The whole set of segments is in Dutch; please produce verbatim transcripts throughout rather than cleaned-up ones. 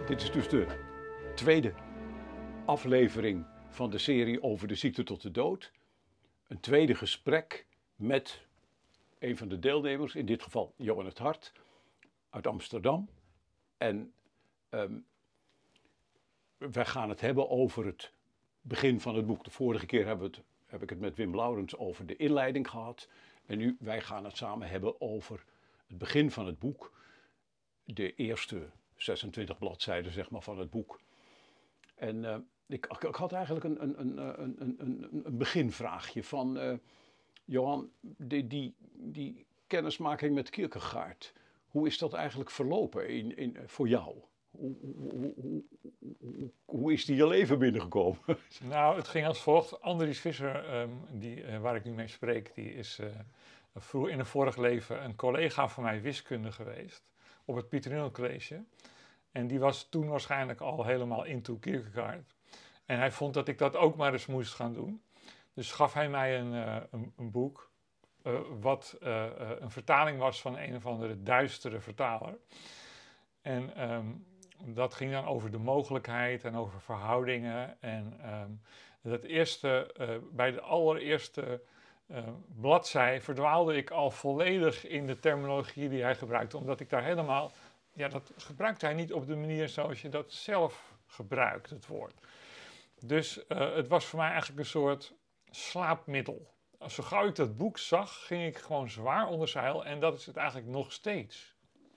Dit is dus de tweede aflevering van de serie over de ziekte tot de dood. Een tweede gesprek met een van de deelnemers, in dit geval Johan het Hart uit Amsterdam. En um, wij gaan het hebben over het begin van het boek. De vorige keer hebben we het, heb ik het met Wim Laurens over de inleiding gehad. En nu, wij gaan het samen hebben over het begin van het boek. De eerste zesentwintig bladzijden, zeg maar, van het boek. En uh, ik, ik had eigenlijk een, een, een, een, een, een beginvraagje van uh, Johan, die, die, die kennismaking met Kierkegaard. Hoe is dat eigenlijk verlopen in, in, voor jou? Hoe, hoe, hoe, hoe, hoe is die je leven binnengekomen? Nou, het ging als volgt. Andries Visser, um, die, uh, waar ik nu mee spreek, die is uh, vroeger in een vorig leven een collega van mij wiskunde geweest op het Pieter Nul College. En die was toen waarschijnlijk al helemaal into Kierkegaard. En hij vond dat ik dat ook maar eens moest gaan doen. Dus gaf hij mij een, uh, een, een boek, uh, wat uh, uh, een vertaling was van een of andere duistere vertaler. En um, dat ging dan over de mogelijkheid en over verhoudingen. En um, dat eerste, uh, bij de allereerste uh, bladzij verdwaalde ik al volledig in de terminologie die hij gebruikte. Omdat ik daar helemaal, ja, dat gebruikte hij niet op de manier zoals je dat zelf gebruikt, het woord. Dus uh, het was voor mij eigenlijk een soort slaapmiddel. Zo gauw ik dat boek zag, ging ik gewoon zwaar onder zeil. En dat is het eigenlijk nog steeds.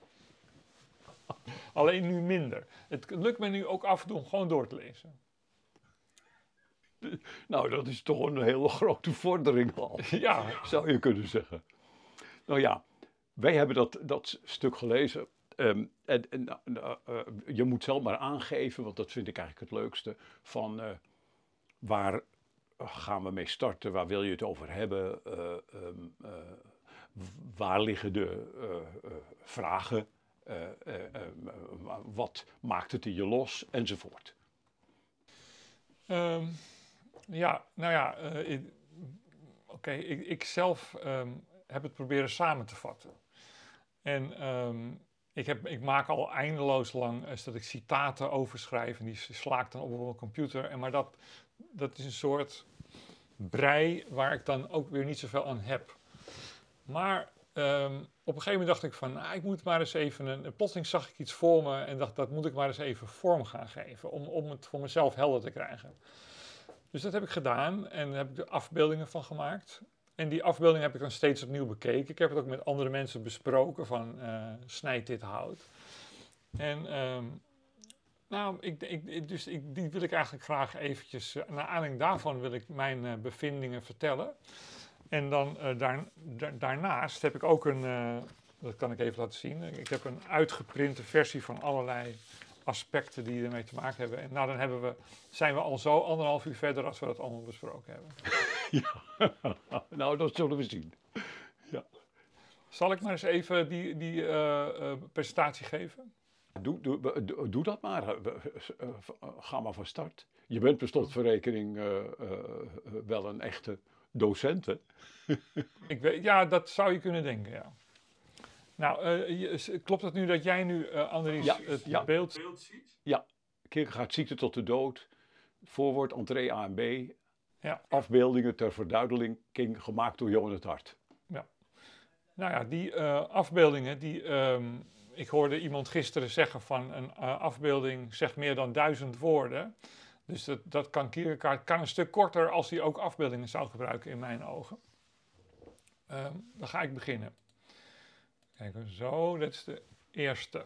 Alleen nu minder. Het lukt me nu ook af en toe om gewoon door te lezen. Nou, dat is toch een hele grote vordering al. Ja. Zou je kunnen zeggen. Nou ja, wij hebben dat, dat stuk gelezen. Um, en, en uh, uh, je moet zelf maar aangeven, want dat vind ik eigenlijk het leukste, van uh, waar gaan we mee starten, waar wil je het over hebben, uh, um, uh, waar liggen de uh, uh, vragen, uh, uh, uh, wat maakt het in je los, enzovoort. Um, ja, nou ja, uh, oké, okay, ik, ik zelf um, heb het proberen samen te vatten. En um, ik, heb, ik maak al eindeloos lang is dat ik citaten overschrijf en die sla ik dan op op mijn computer. En maar dat, dat is een soort brei waar ik dan ook weer niet zoveel aan heb. Maar um, op een gegeven moment dacht ik van, nou, ik moet maar eens even, een, plotseling zag ik iets voor me en dacht, dat moet ik maar eens even vorm gaan geven, om, om het voor mezelf helder te krijgen. Dus dat heb ik gedaan en daar heb ik er afbeeldingen van gemaakt. En die afbeelding heb ik dan steeds opnieuw bekeken. Ik heb het ook met andere mensen besproken van, uh, snijd dit hout. En um, nou, ik, ik, dus ik, die wil ik eigenlijk graag eventjes, uh, naar aanleiding daarvan wil ik mijn uh, bevindingen vertellen. En dan uh, daar, da, daarnaast heb ik ook een, uh, dat kan ik even laten zien, ik heb een uitgeprinte versie van allerlei aspecten die ermee te maken hebben. En nou, dan hebben we, zijn we al zo anderhalf uur verder als we dat allemaal besproken hebben. Ja, nou, dat zullen we zien. Ja. Zal ik maar eens even die, die uh, uh, presentatie geven? Doe, doe, doe, doe dat maar. Ga maar van start. Je bent per slotverrekening uh, uh, wel een echte docent, hè? Ik weet, ja, dat zou je kunnen denken, ja. Nou, uh, je, klopt het nu dat jij nu, uh, Andries, ja, het ja. beeld ziet? Ja, Kierkegaard ziekte tot de dood. Voorwoord, entree A en B. Ja. Afbeeldingen ter verduidelijking gemaakt door Johan het Hart. Ja. Nou ja, die uh, afbeeldingen, die, um, ik hoorde iemand gisteren zeggen van een uh, afbeelding zegt meer dan duizend woorden. Dus dat, dat kan Kierkegaard kan een stuk korter als hij ook afbeeldingen zou gebruiken in mijn ogen. Um, dan ga ik beginnen. Kijk, zo, dat is de eerste.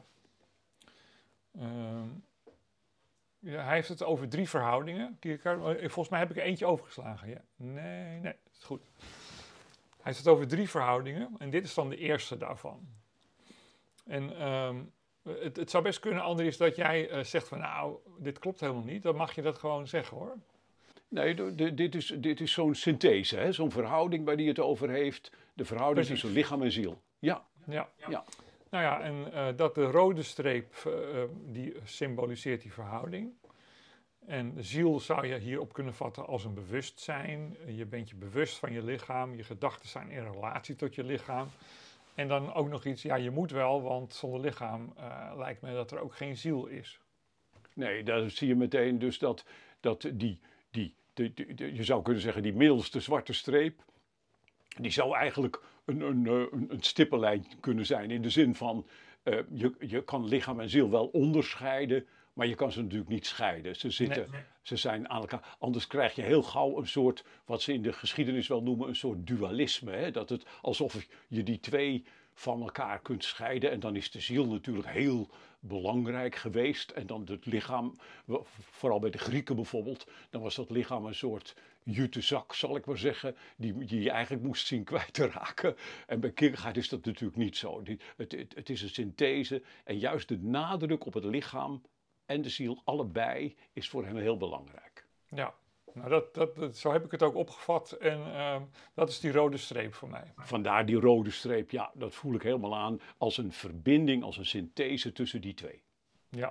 Um, ja, hij heeft het over drie verhoudingen. Kierkegaard, volgens mij heb ik er eentje overgeslagen. Ja. Nee, nee, dat is goed. Hij heeft het over drie verhoudingen en dit is dan de eerste daarvan. En um, het, het zou best kunnen, Andries, dat jij uh, zegt van nou, dit klopt helemaal niet. Dan mag je dat gewoon zeggen, hoor. Nee, de, de, dit is, dit is zo'n synthese, hè? Zo'n verhouding waar hij het over heeft. De verhouding Precies. tussen lichaam en ziel. Ja. Ja. Ja. Nou ja, en uh, dat de rode streep, uh, die symboliseert die verhouding. En de ziel zou je hierop kunnen vatten als een bewustzijn. Je bent je bewust van je lichaam. Je gedachten zijn in relatie tot je lichaam. En dan ook nog iets, ja, je moet wel, want zonder lichaam uh, lijkt me dat er ook geen ziel is. nee, daar zie je meteen dus dat, dat die, die, die, die- die- je zou kunnen zeggen, die middelste zwarte streep, die zou eigenlijk een, een, eh, een, een stippenlijn kunnen zijn. In de zin van, eh, je, je kan lichaam en ziel wel onderscheiden, maar je kan ze natuurlijk niet scheiden. Ze zitten, Nee. ze zijn aan elkaar. Anders krijg je heel gauw een soort, wat ze in de geschiedenis wel noemen, een soort dualisme. Hè? Dat het alsof je die twee van elkaar kunt scheiden. En dan is de ziel natuurlijk heel belangrijk geweest. En dan het lichaam, vooral bij de Grieken bijvoorbeeld, dan was dat lichaam een soort jute zak, zal ik maar zeggen, die, die je eigenlijk moest zien kwijt te raken. En bij Kierkegaard is dat natuurlijk niet zo. Die, het, het, het is een synthese en juist de nadruk op het lichaam en de ziel, allebei, is voor hem heel belangrijk. Ja, nou dat, dat, dat- zo heb ik het ook opgevat en ehm, dat is die rode streep voor mij. Vandaar die rode streep, ja, dat voel ik helemaal aan als een verbinding, als een synthese tussen die twee. Ja.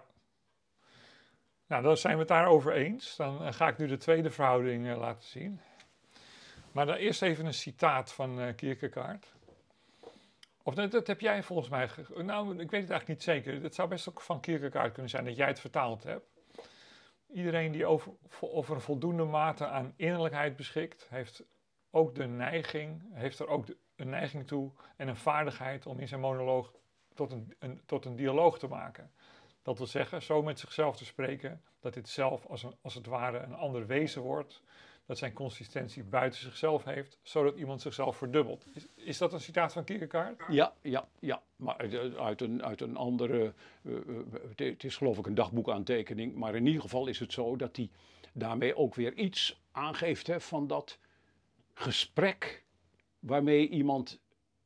Nou, dan zijn we het daarover eens. Dan eh, ga ik nu de tweede verhouding eh, laten zien. Maar dan eerst even een citaat van eh, Kierkegaard. Of dat, dat heb jij volgens mij... ge- Nou, ik weet het eigenlijk niet zeker. Het zou best ook van Kierkegaard kunnen zijn dat jij het vertaald hebt. Iedereen die over, over een voldoende mate aan innerlijkheid beschikt, heeft ook de neiging, heeft er ook de, een neiging toe en een vaardigheid om in zijn monoloog tot een, een, tot een dialoog te maken. Dat wil zeggen, zo met zichzelf te spreken, dat dit zelf als, een, als het ware een ander wezen wordt, dat zijn consistentie buiten zichzelf heeft, zodat iemand zichzelf verdubbelt. Is, is dat een citaat van Kierkegaard? Ja, ja, ja, maar uit een, uit een andere, uh, het is geloof ik een dagboekaantekening, maar in ieder geval is het zo dat hij daarmee ook weer iets aangeeft, hè, van dat gesprek waarmee iemand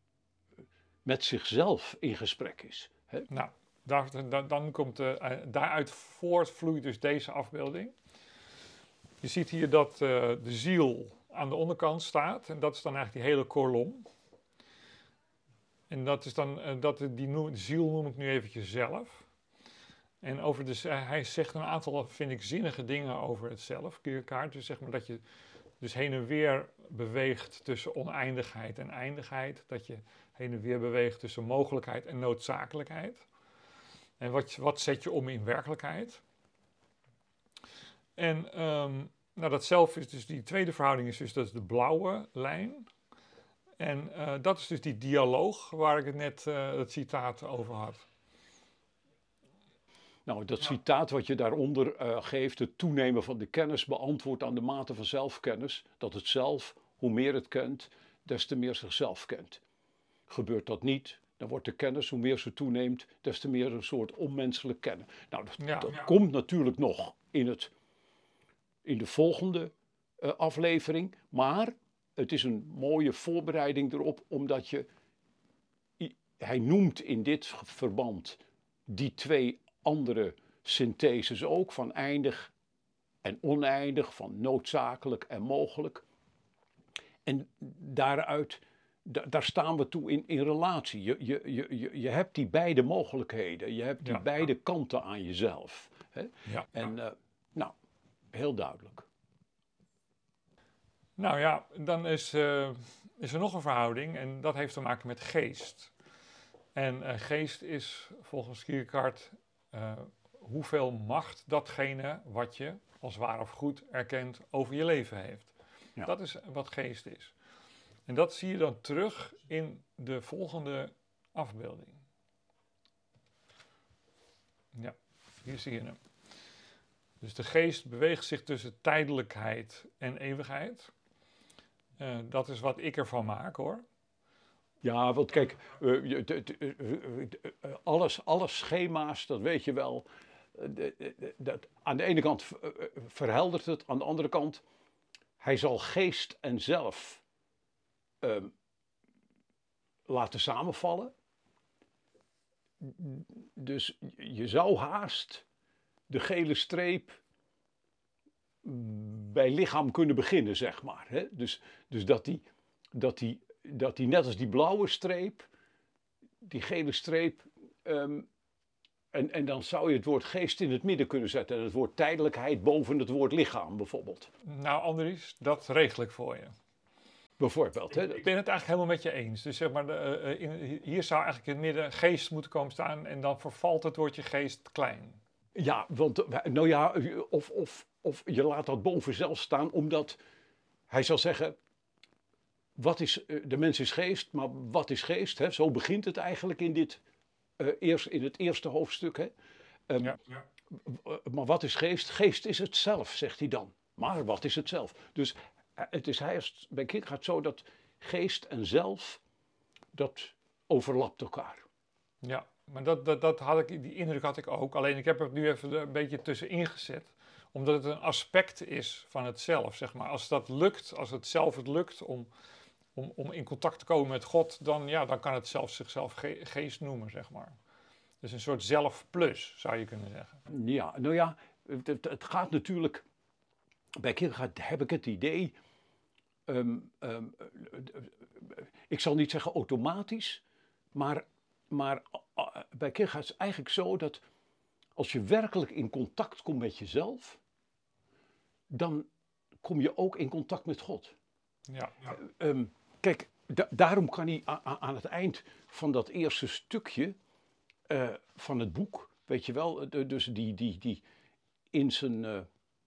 met zichzelf in gesprek is. Hè? Nou, daar, dan, dan komt de, uh, daaruit voortvloeit dus deze afbeelding. Je ziet hier dat uh, de ziel aan de onderkant staat. En dat is dan eigenlijk die hele kolom. En dat is dan, uh, dat, die noem, ziel noem ik nu eventjes zelf. En over de, uh, hij zegt een aantal, vind ik, zinnige dingen over het zelf, Kierkegaard. Dus zeg maar dat je dus heen en weer beweegt tussen oneindigheid en eindigheid. Dat je heen en weer beweegt tussen mogelijkheid en noodzakelijkheid. En wat, wat zet je om in werkelijkheid? En um, nou, dat zelf is dus die tweede verhouding, is dus dat is de blauwe lijn. En uh, dat is dus die dialoog waar ik het net uh, het citaat over had. Nou, dat citaat wat je daaronder uh, geeft, het toenemen van de kennis beantwoordt aan de mate van zelfkennis, dat het zelf, hoe meer het kent, des te meer zichzelf kent. Gebeurt dat niet, dan wordt de kennis, hoe meer ze toeneemt, des te meer een soort onmenselijk kennen. Nou, dat, Ja, dat ja. komt natuurlijk nog in, het, in de volgende uh, aflevering, maar het is een mooie voorbereiding erop, omdat je, hij noemt in dit verband die twee andere syntheses ook, van eindig en oneindig, van noodzakelijk en mogelijk. En daaruit, da, daar staan we toe in, in relatie. Je, je, je, je hebt die beide mogelijkheden, je hebt die Ja. beide kanten aan jezelf. Hè? Ja. En uh, nou, heel duidelijk. Nou ja, dan is, uh, is er nog een verhouding en dat heeft te maken met geest. En uh, geest is volgens Kierkegaard uh, hoeveel macht datgene wat je als waar of goed erkent over je leven heeft. Ja. Dat is wat geest is. En dat zie je dan terug in de volgende afbeelding. Ja, hier zie je hem. Dus de geest beweegt zich tussen tijdelijkheid en eeuwigheid. Uh, dat is wat ik ervan maak, hoor. Ja, want kijk, uh, uh, uh, uh, uh, alles, alle schema's, dat weet je wel. Uh, uh, dat, aan de ene kant uh, uh, verheldert het, aan de andere kant, hij zal geest en zelf uh, laten samenvallen. Dus je zou haast de gele streep bij lichaam kunnen beginnen, zeg maar. Hè? Dus, dus dat die, dat die, dat die net als die blauwe streep, die gele streep, um, en, en dan zou je het woord geest in het midden kunnen zetten. En het woord tijdelijkheid boven het woord lichaam bijvoorbeeld. Nou, Andries, dat regel ik voor je. Bijvoorbeeld. Hè? Ik ben het eigenlijk helemaal met je eens. Dus zeg maar, de, uh, in, hier zou eigenlijk in het midden geest moeten komen staan en dan vervalt het woordje geest klein. Ja, want eh, nou ja, of, of, of je laat dat boven zelf staan, omdat hij zal zeggen, wat is, eh, de mens is geest, maar wat is geest? Hè? Zo begint het eigenlijk in, dit, eh, eerst, in het eerste hoofdstuk. Hè? Ehm, Ja, w- maar wat is geest? Geest is het zelf, zegt hij dan. Maar wat is het zelf? Dus eh, het is hij is bij Kierkegaard zo dat geest en zelf, dat overlapt elkaar. ja. Maar dat, dat, dat had ik, die indruk had ik ook. Alleen ik heb er nu even een beetje tussenin gezet. Omdat het een aspect is van het zelf, zeg maar. Als dat lukt, als het zelf het lukt om, om, om in contact te komen met God, dan, ja, dan kan het zelf zichzelf ge- geest noemen, zeg maar. Dus een soort zelf plus, zou je kunnen zeggen. Ja, nou ja, het, het- het gaat natuurlijk, bij Kierkegaard heb ik het idee, ehm, ehm, eh, ik zal niet zeggen automatisch, maar, maar eh, bij Kierkegaard is het eigenlijk zo dat als je werkelijk in contact komt met jezelf, dan kom je ook in contact met God. Ja, ja. Ehm, kijk, da- daarom kan hij a- a- aan het eind van dat eerste stukje eh, van het boek, weet je wel, de- dus die, die, die in zijn, eh,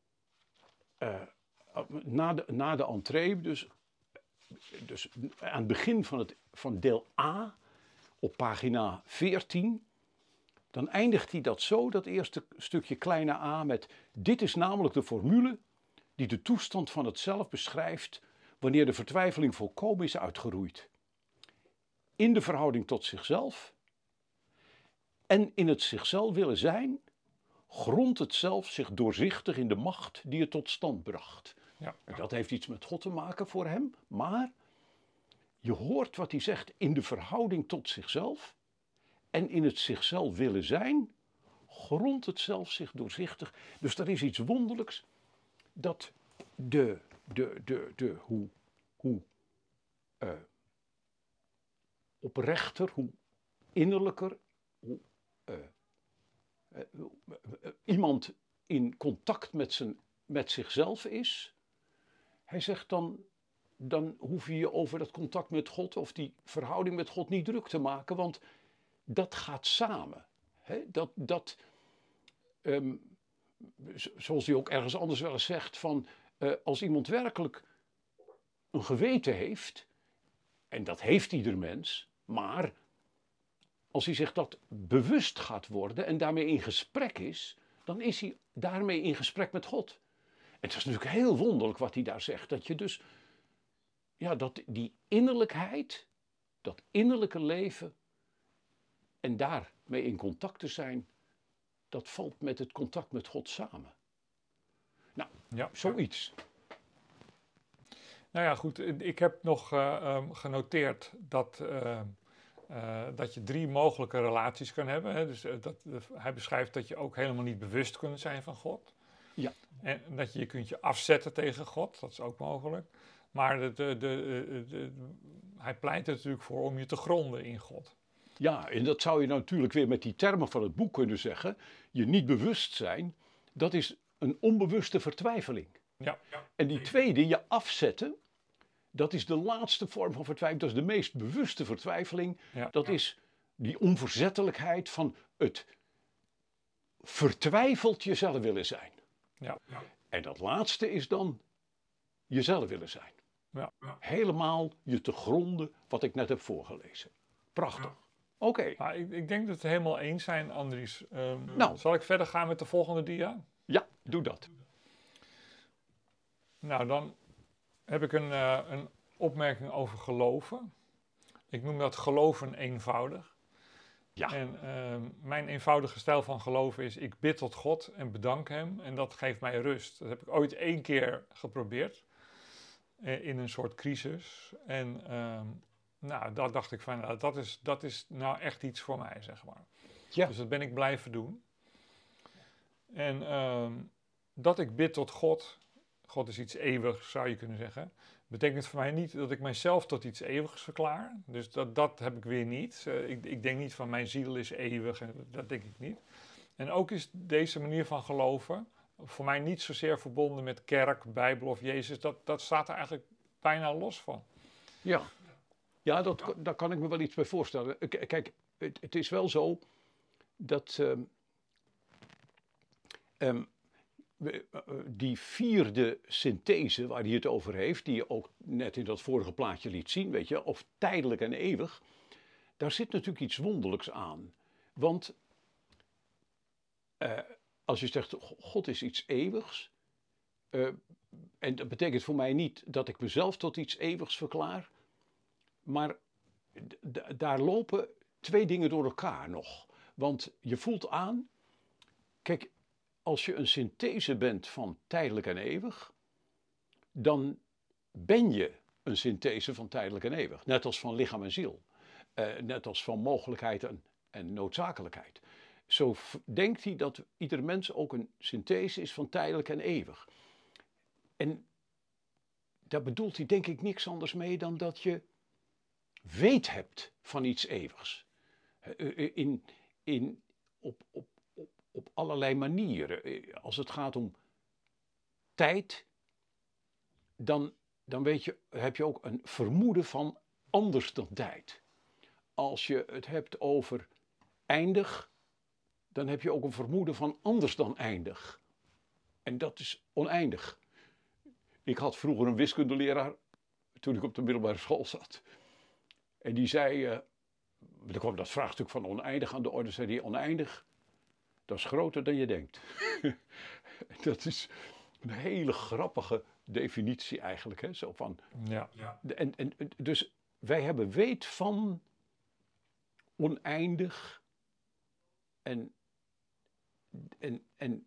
eh, na, de, na de entree, dus, dus aan het begin van, het, van deel A, op pagina veertien, dan eindigt hij dat zo, dat eerste stukje kleine a, met dit is namelijk de formule die de toestand van het zelf beschrijft wanneer de vertwijfeling volkomen is uitgeroeid. In de verhouding tot zichzelf en in het zichzelf willen zijn, grondt het zelf zich doorzichtig in de macht die het tot stand bracht. Ja, En dat heeft iets met God te maken voor hem, maar je hoort wat hij zegt in de verhouding tot zichzelf en in het zichzelf willen zijn, grondt het zelf zich doorzichtig. Dus er is iets wonderlijks dat de, de, de, de, hoe, hoe uh, oprechter, hoe innerlijker, hoe uh, uh, uh, uh, iemand in contact met, zijn, met zichzelf is. Hij zegt dan, dan hoef je je over dat contact met God of die verhouding met God niet druk te maken, want dat gaat samen. He, dat, dat um, zoals hij ook ergens anders wel eens zegt, van uh, als iemand werkelijk een geweten heeft, en dat heeft ieder mens, maar als hij zich dat bewust gaat worden en daarmee in gesprek is, dan is hij daarmee in gesprek met God. En het is natuurlijk heel wonderlijk wat hij daar zegt, dat je dus, ja, dat die innerlijkheid, dat innerlijke leven en daarmee in contact te zijn, dat valt met het contact met God samen. Nou, ja. zoiets. Nou ja, goed. Ik heb nog uh, um, genoteerd dat, uh, uh, dat je drie mogelijke relaties kan hebben. Hè. Dus, uh, dat, uh, hij beschrijft dat je ook helemaal niet bewust kunt zijn van God. Ja. En dat je je kunt je afzetten tegen God. Dat is ook mogelijk. Maar de, de, de, de, de, hij pleit er natuurlijk voor om je te gronden in God. Ja, en dat zou je nou natuurlijk weer met die termen van het boek kunnen zeggen. Je niet bewust zijn, dat is een onbewuste vertwijfeling. Ja. Ja. En die tweede, je afzetten, dat is de laatste vorm van vertwijfeling. Dat is de meest bewuste vertwijfeling. Ja. Dat Ja. is die onverzettelijkheid van het vertwijfeld jezelf willen zijn. Ja. Ja. En dat laatste is dan jezelf willen zijn. Ja. Ja. Helemaal je te gronden wat ik net heb voorgelezen. Prachtig. Ja. Oké. Okay. Nou, ik, ik denk dat we het helemaal eens zijn, Andries. Um, nou. Zal ik verder gaan met de volgende dia? Ja, doe dat. Nou, dan heb ik een, uh, een opmerking over geloven. Ik noem dat geloven eenvoudig. Ja. En uh, mijn eenvoudige stijl van geloven is, ik bid tot God en bedank hem en dat geeft mij rust. Dat heb ik ooit één keer geprobeerd, uh, in een soort crisis. En uh, nou, daar dacht ik van, nou, dat, is, dat is nou echt iets voor mij, zeg maar. Ja. Dus dat ben ik blijven doen. En uh, dat ik bid tot God, God is iets eeuwigs, zou je kunnen zeggen, betekent voor mij niet dat ik mijzelf tot iets eeuwigs verklaar. Dus dat, dat heb ik weer niet. Uh, ik, ik denk niet van mijn ziel is eeuwig, en dat denk ik niet. En ook is deze manier van geloven voor mij niet zozeer verbonden met kerk, Bijbel of Jezus. Dat, dat staat er eigenlijk bijna los van. Ja, ja dat, daar kan ik me wel iets bij voorstellen. Kijk, het, het is wel zo dat... Uh, um, die vierde synthese waar hij het over heeft, die je ook net in dat vorige plaatje liet zien, weet je, of tijdelijk en eeuwig, daar zit natuurlijk iets wonderlijks aan. Want uh, als je zegt, God is iets eeuwigs, uh, en dat betekent voor mij niet dat ik mezelf tot iets eeuwigs verklaar, maar d- daar lopen twee dingen door elkaar nog. Want je voelt aan, kijk, als je een synthese bent van tijdelijk en eeuwig, dan ben je een synthese van tijdelijk en eeuwig. Net als van lichaam en ziel. Uh, net als van mogelijkheid en, en noodzakelijkheid. Zo denkt hij dat ieder mens ook een synthese is van tijdelijk en eeuwig. En daar bedoelt hij denk ik niks anders mee dan dat je weet hebt van iets eeuwigs. Uh, in, in, op, op, op, op allerlei manieren. Als het gaat om tijd, dan, dan weet je, heb je ook een vermoeden van anders dan tijd. Als je het hebt over eindig, dan heb je ook een vermoeden van anders dan eindig. En dat is oneindig. Ik had vroeger een wiskundeleraar, toen ik op de middelbare school zat. En die zei, uh, er kwam dat vraagstuk van oneindig aan de orde, zei hij, oneindig, dat is groter dan je denkt. Dat is een hele grappige definitie eigenlijk. Hè? Zo van, Ja. Ja. En, en, dus wij hebben weet van oneindig en, en, en,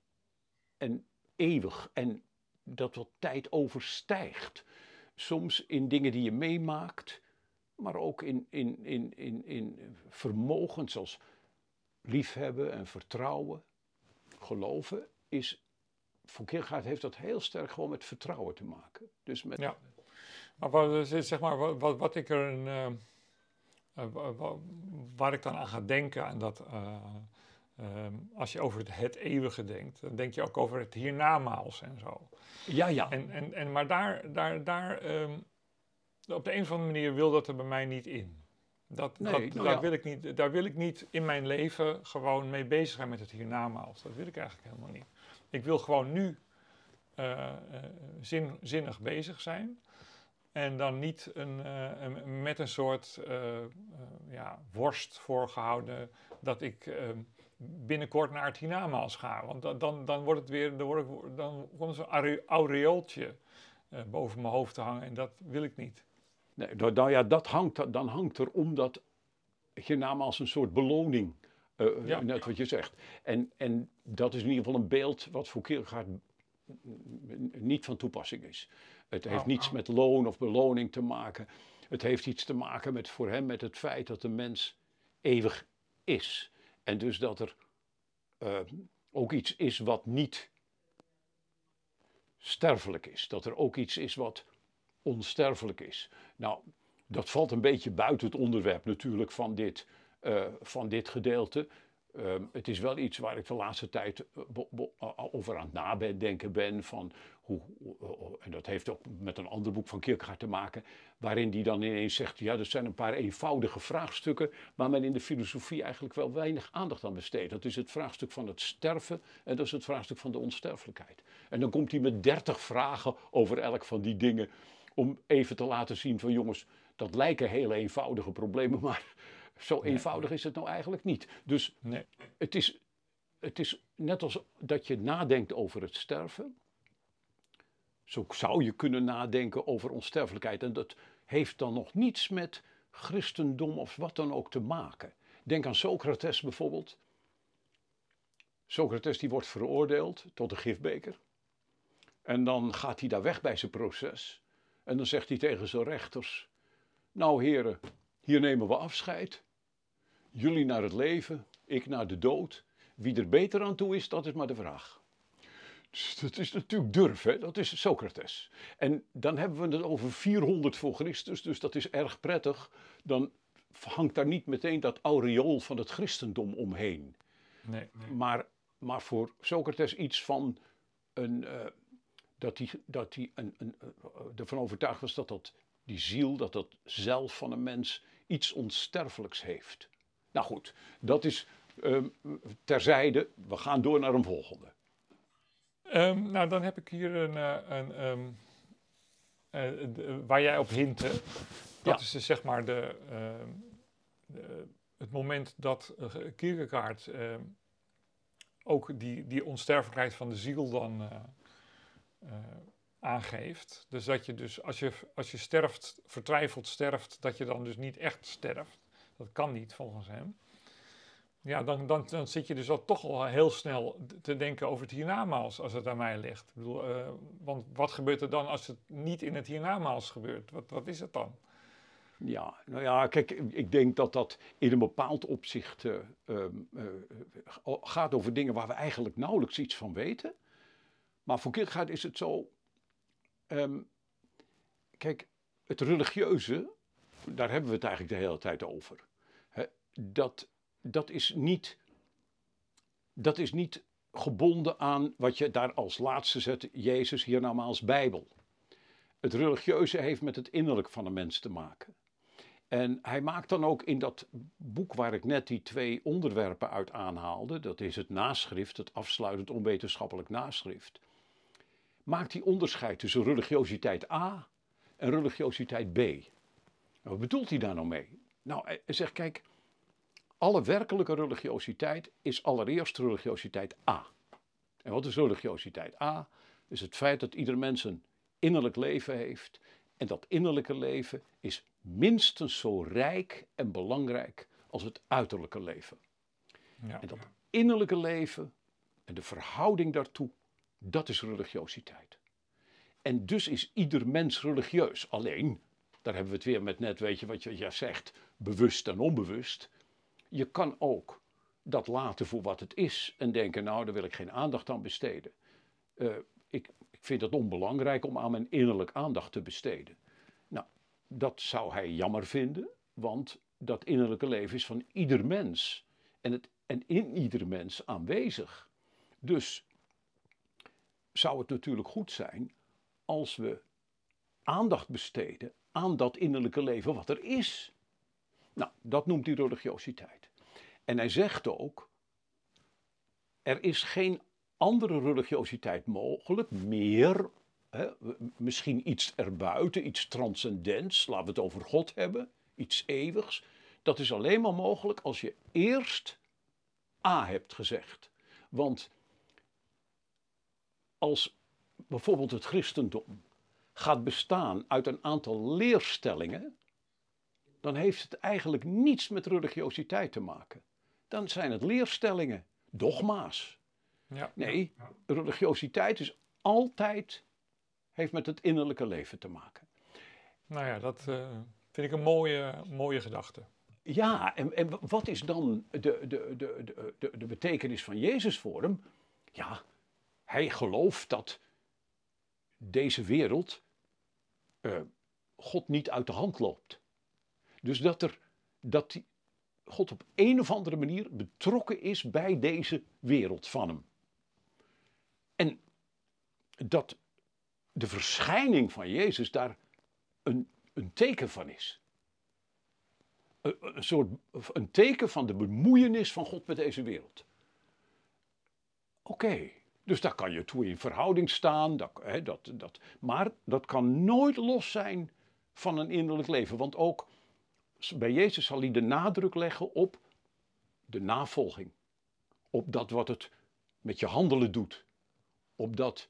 en eeuwig. En dat wat tijd overstijgt. Soms in dingen die je meemaakt, maar ook in, in, in, in, in vermogens zoals liefhebben en vertrouwen. Geloven is, voor Kierkegaard heeft dat heel sterk gewoon met vertrouwen te maken. Dus met... Ja, maar wat, zeg maar, wat, wat ik er een, uh, uh, waar ik dan aan ga denken, en dat uh, uh, als je over het, het eeuwige denkt, dan denk je ook over het hiernamaals en zo. Ja, ja. En, en, en, maar daar, daar, daar um, op de een of andere manier wil dat er bij mij niet in. Dat, nee, dat, nou daar, ja. wil ik niet, daar wil ik niet in mijn leven gewoon mee bezig zijn met het hiernamaals. Dat wil ik eigenlijk helemaal niet. Ik wil gewoon nu uh, uh, zin, zinnig bezig zijn. En dan niet een, uh, een, met een soort uh, uh, ja, worst voorgehouden dat ik uh, binnenkort naar het hiernamaals ga. Want dan, dan, dan wordt het weer, dan, word ik, dan komt er zo'n aureooltje uh, boven mijn hoofd te hangen en dat wil ik niet. Nee, nou ja, dat hangt, dan hangt er om dat hiernamaals een soort beloning, uh, ja, net wat je zegt. En, en dat is in ieder geval een beeld wat voor Kierkegaard niet van toepassing is. Het heeft oh, niets oh. met loon of beloning te maken. Het heeft iets te maken met voor hem met het feit dat de mens eeuwig is. En dus dat er uh, ook iets is wat niet sterfelijk is. Dat er ook iets is wat onsterfelijk is. Nou, dat valt een beetje buiten het onderwerp natuurlijk van dit, uh, van dit gedeelte. Uh, het is wel iets waar ik de laatste tijd bo- bo- over aan het nadenken ben. Van hoe, uh, en dat heeft ook met een ander boek van Kierkegaard te maken. Waarin die dan ineens zegt, ja, er zijn een paar eenvoudige vraagstukken waar men in de filosofie eigenlijk wel weinig aandacht aan besteedt. Dat is het vraagstuk van het sterven en dat is het vraagstuk van de onsterfelijkheid. En dan komt hij met dertig vragen over elk van die dingen. Om even te laten zien van jongens, dat lijken hele eenvoudige problemen, maar zo eenvoudig nee. is het nou eigenlijk niet. Dus nee. het, is, het is net als dat je nadenkt over het sterven. Zo zou je kunnen nadenken over onsterfelijkheid. En dat heeft dan nog niets met christendom of wat dan ook te maken. Denk aan Socrates bijvoorbeeld. Socrates die wordt veroordeeld tot een gifbeker. En dan gaat hij daar weg bij zijn proces. En dan zegt hij tegen zijn rechters, nou heren, hier nemen we afscheid. Jullie naar het leven, ik naar de dood. Wie er beter aan toe is, dat is maar de vraag. Dus dat is natuurlijk durf, hè? Dat is Socrates. En dan hebben we het over vierhonderd voor Christus, dus dat is erg prettig. Dan hangt daar niet meteen dat aureool van het christendom omheen. Nee, nee. Maar, maar voor Socrates iets van een... Uh, dat hij, dat hij een, een, uh, ervan overtuigd was dat, dat die ziel, dat dat zelf van een mens iets onsterfelijks heeft. Nou goed, dat is uh, terzijde. We gaan door naar een volgende. Um, nou, dan heb ik hier een, uh, een um, uh, de, waar jij op hintte. Dat Ja. is dus zeg maar de, uh, de, het moment dat uh, Kierkegaard uh, ook die, die onsterfelijkheid van de ziel dan uh, uh, aangeeft. Dus dat je dus als je, als je sterft, vertwijfeld sterft, dat je dan dus niet echt sterft. Dat kan niet volgens hem. Ja, dan, dan, dan zit je dus al toch al heel snel te denken over het hiernamaals, als het aan mij ligt. Ik bedoel, uh, want wat gebeurt er dan als het niet in het hiernamaals gebeurt? Wat, wat is het dan? Ja, nou ja, kijk, ik denk dat dat in een bepaald opzicht uh, uh, uh, gaat over dingen waar we eigenlijk nauwelijks iets van weten. Maar voor Kierkegaard is het zo, um, kijk, het religieuze, daar hebben we het eigenlijk de hele tijd over. He, dat, dat is niet, dat is niet gebonden aan wat je daar als laatste zet, Jezus, hiernamaals Bijbel. Het religieuze heeft met het innerlijk van een mens te maken. En hij maakt dan ook in dat boek waar ik net die twee onderwerpen uit aanhaalde, dat is het naschrift, het afsluitend onwetenschappelijk naschrift, maakt hij onderscheid tussen religiositeit A en religiositeit B. Nou, wat bedoelt hij daar nou mee? Nou, hij zegt, kijk, alle werkelijke religiositeit is allereerst religiositeit A. En wat is religiositeit A? Is het feit dat ieder mens een innerlijk leven heeft. En dat innerlijke leven is minstens zo rijk en belangrijk als het uiterlijke leven. Ja. En dat innerlijke leven en de verhouding daartoe, dat is religiositeit. En dus is ieder mens religieus. Alleen, daar hebben we het weer met net, weet je wat je zegt, bewust en onbewust. Je kan ook dat laten voor wat het is en denken, nou, daar wil ik geen aandacht aan besteden. Uh, ik, ik vind het onbelangrijk om aan mijn innerlijk aandacht te besteden. Nou, dat zou hij jammer vinden, want dat innerlijke leven is van ieder mens. En, het, en in ieder mens aanwezig. Dus zou het natuurlijk goed zijn als we aandacht besteden aan dat innerlijke leven wat er is. Nou, dat noemt hij religiositeit. En hij zegt ook, er is geen andere religiositeit mogelijk, meer, hè, misschien iets erbuiten, iets transcendents, laten we het over God hebben, iets eeuwigs. Dat is alleen maar mogelijk als je eerst A hebt gezegd. Want als bijvoorbeeld het christendom gaat bestaan uit een aantal leerstellingen, dan heeft het eigenlijk niets met religiositeit te maken. Dan zijn het leerstellingen, dogma's. Ja, nee, ja, ja. Religiositeit is altijd, heeft met het innerlijke leven te maken. Nou ja, dat uh, vind ik een mooie, mooie gedachte. Ja, en, en wat is dan de, de, de, de, de, de betekenis van Jezus voor hem? Ja, hij gelooft dat deze wereld uh, God niet uit de hand loopt. Dus dat, er, dat die, God op een of andere manier betrokken is bij deze wereld van hem. En dat de verschijning van Jezus daar een, een teken van is. Een, een soort een teken van de bemoeienis van God met deze wereld. Oké, okay, dus daar kan je toe in verhouding staan. Dat, hè, dat, dat, maar dat kan nooit los zijn van een innerlijk leven. Want ook bij Jezus zal hij de nadruk leggen op de navolging. Op dat wat het met je handelen doet. Op dat,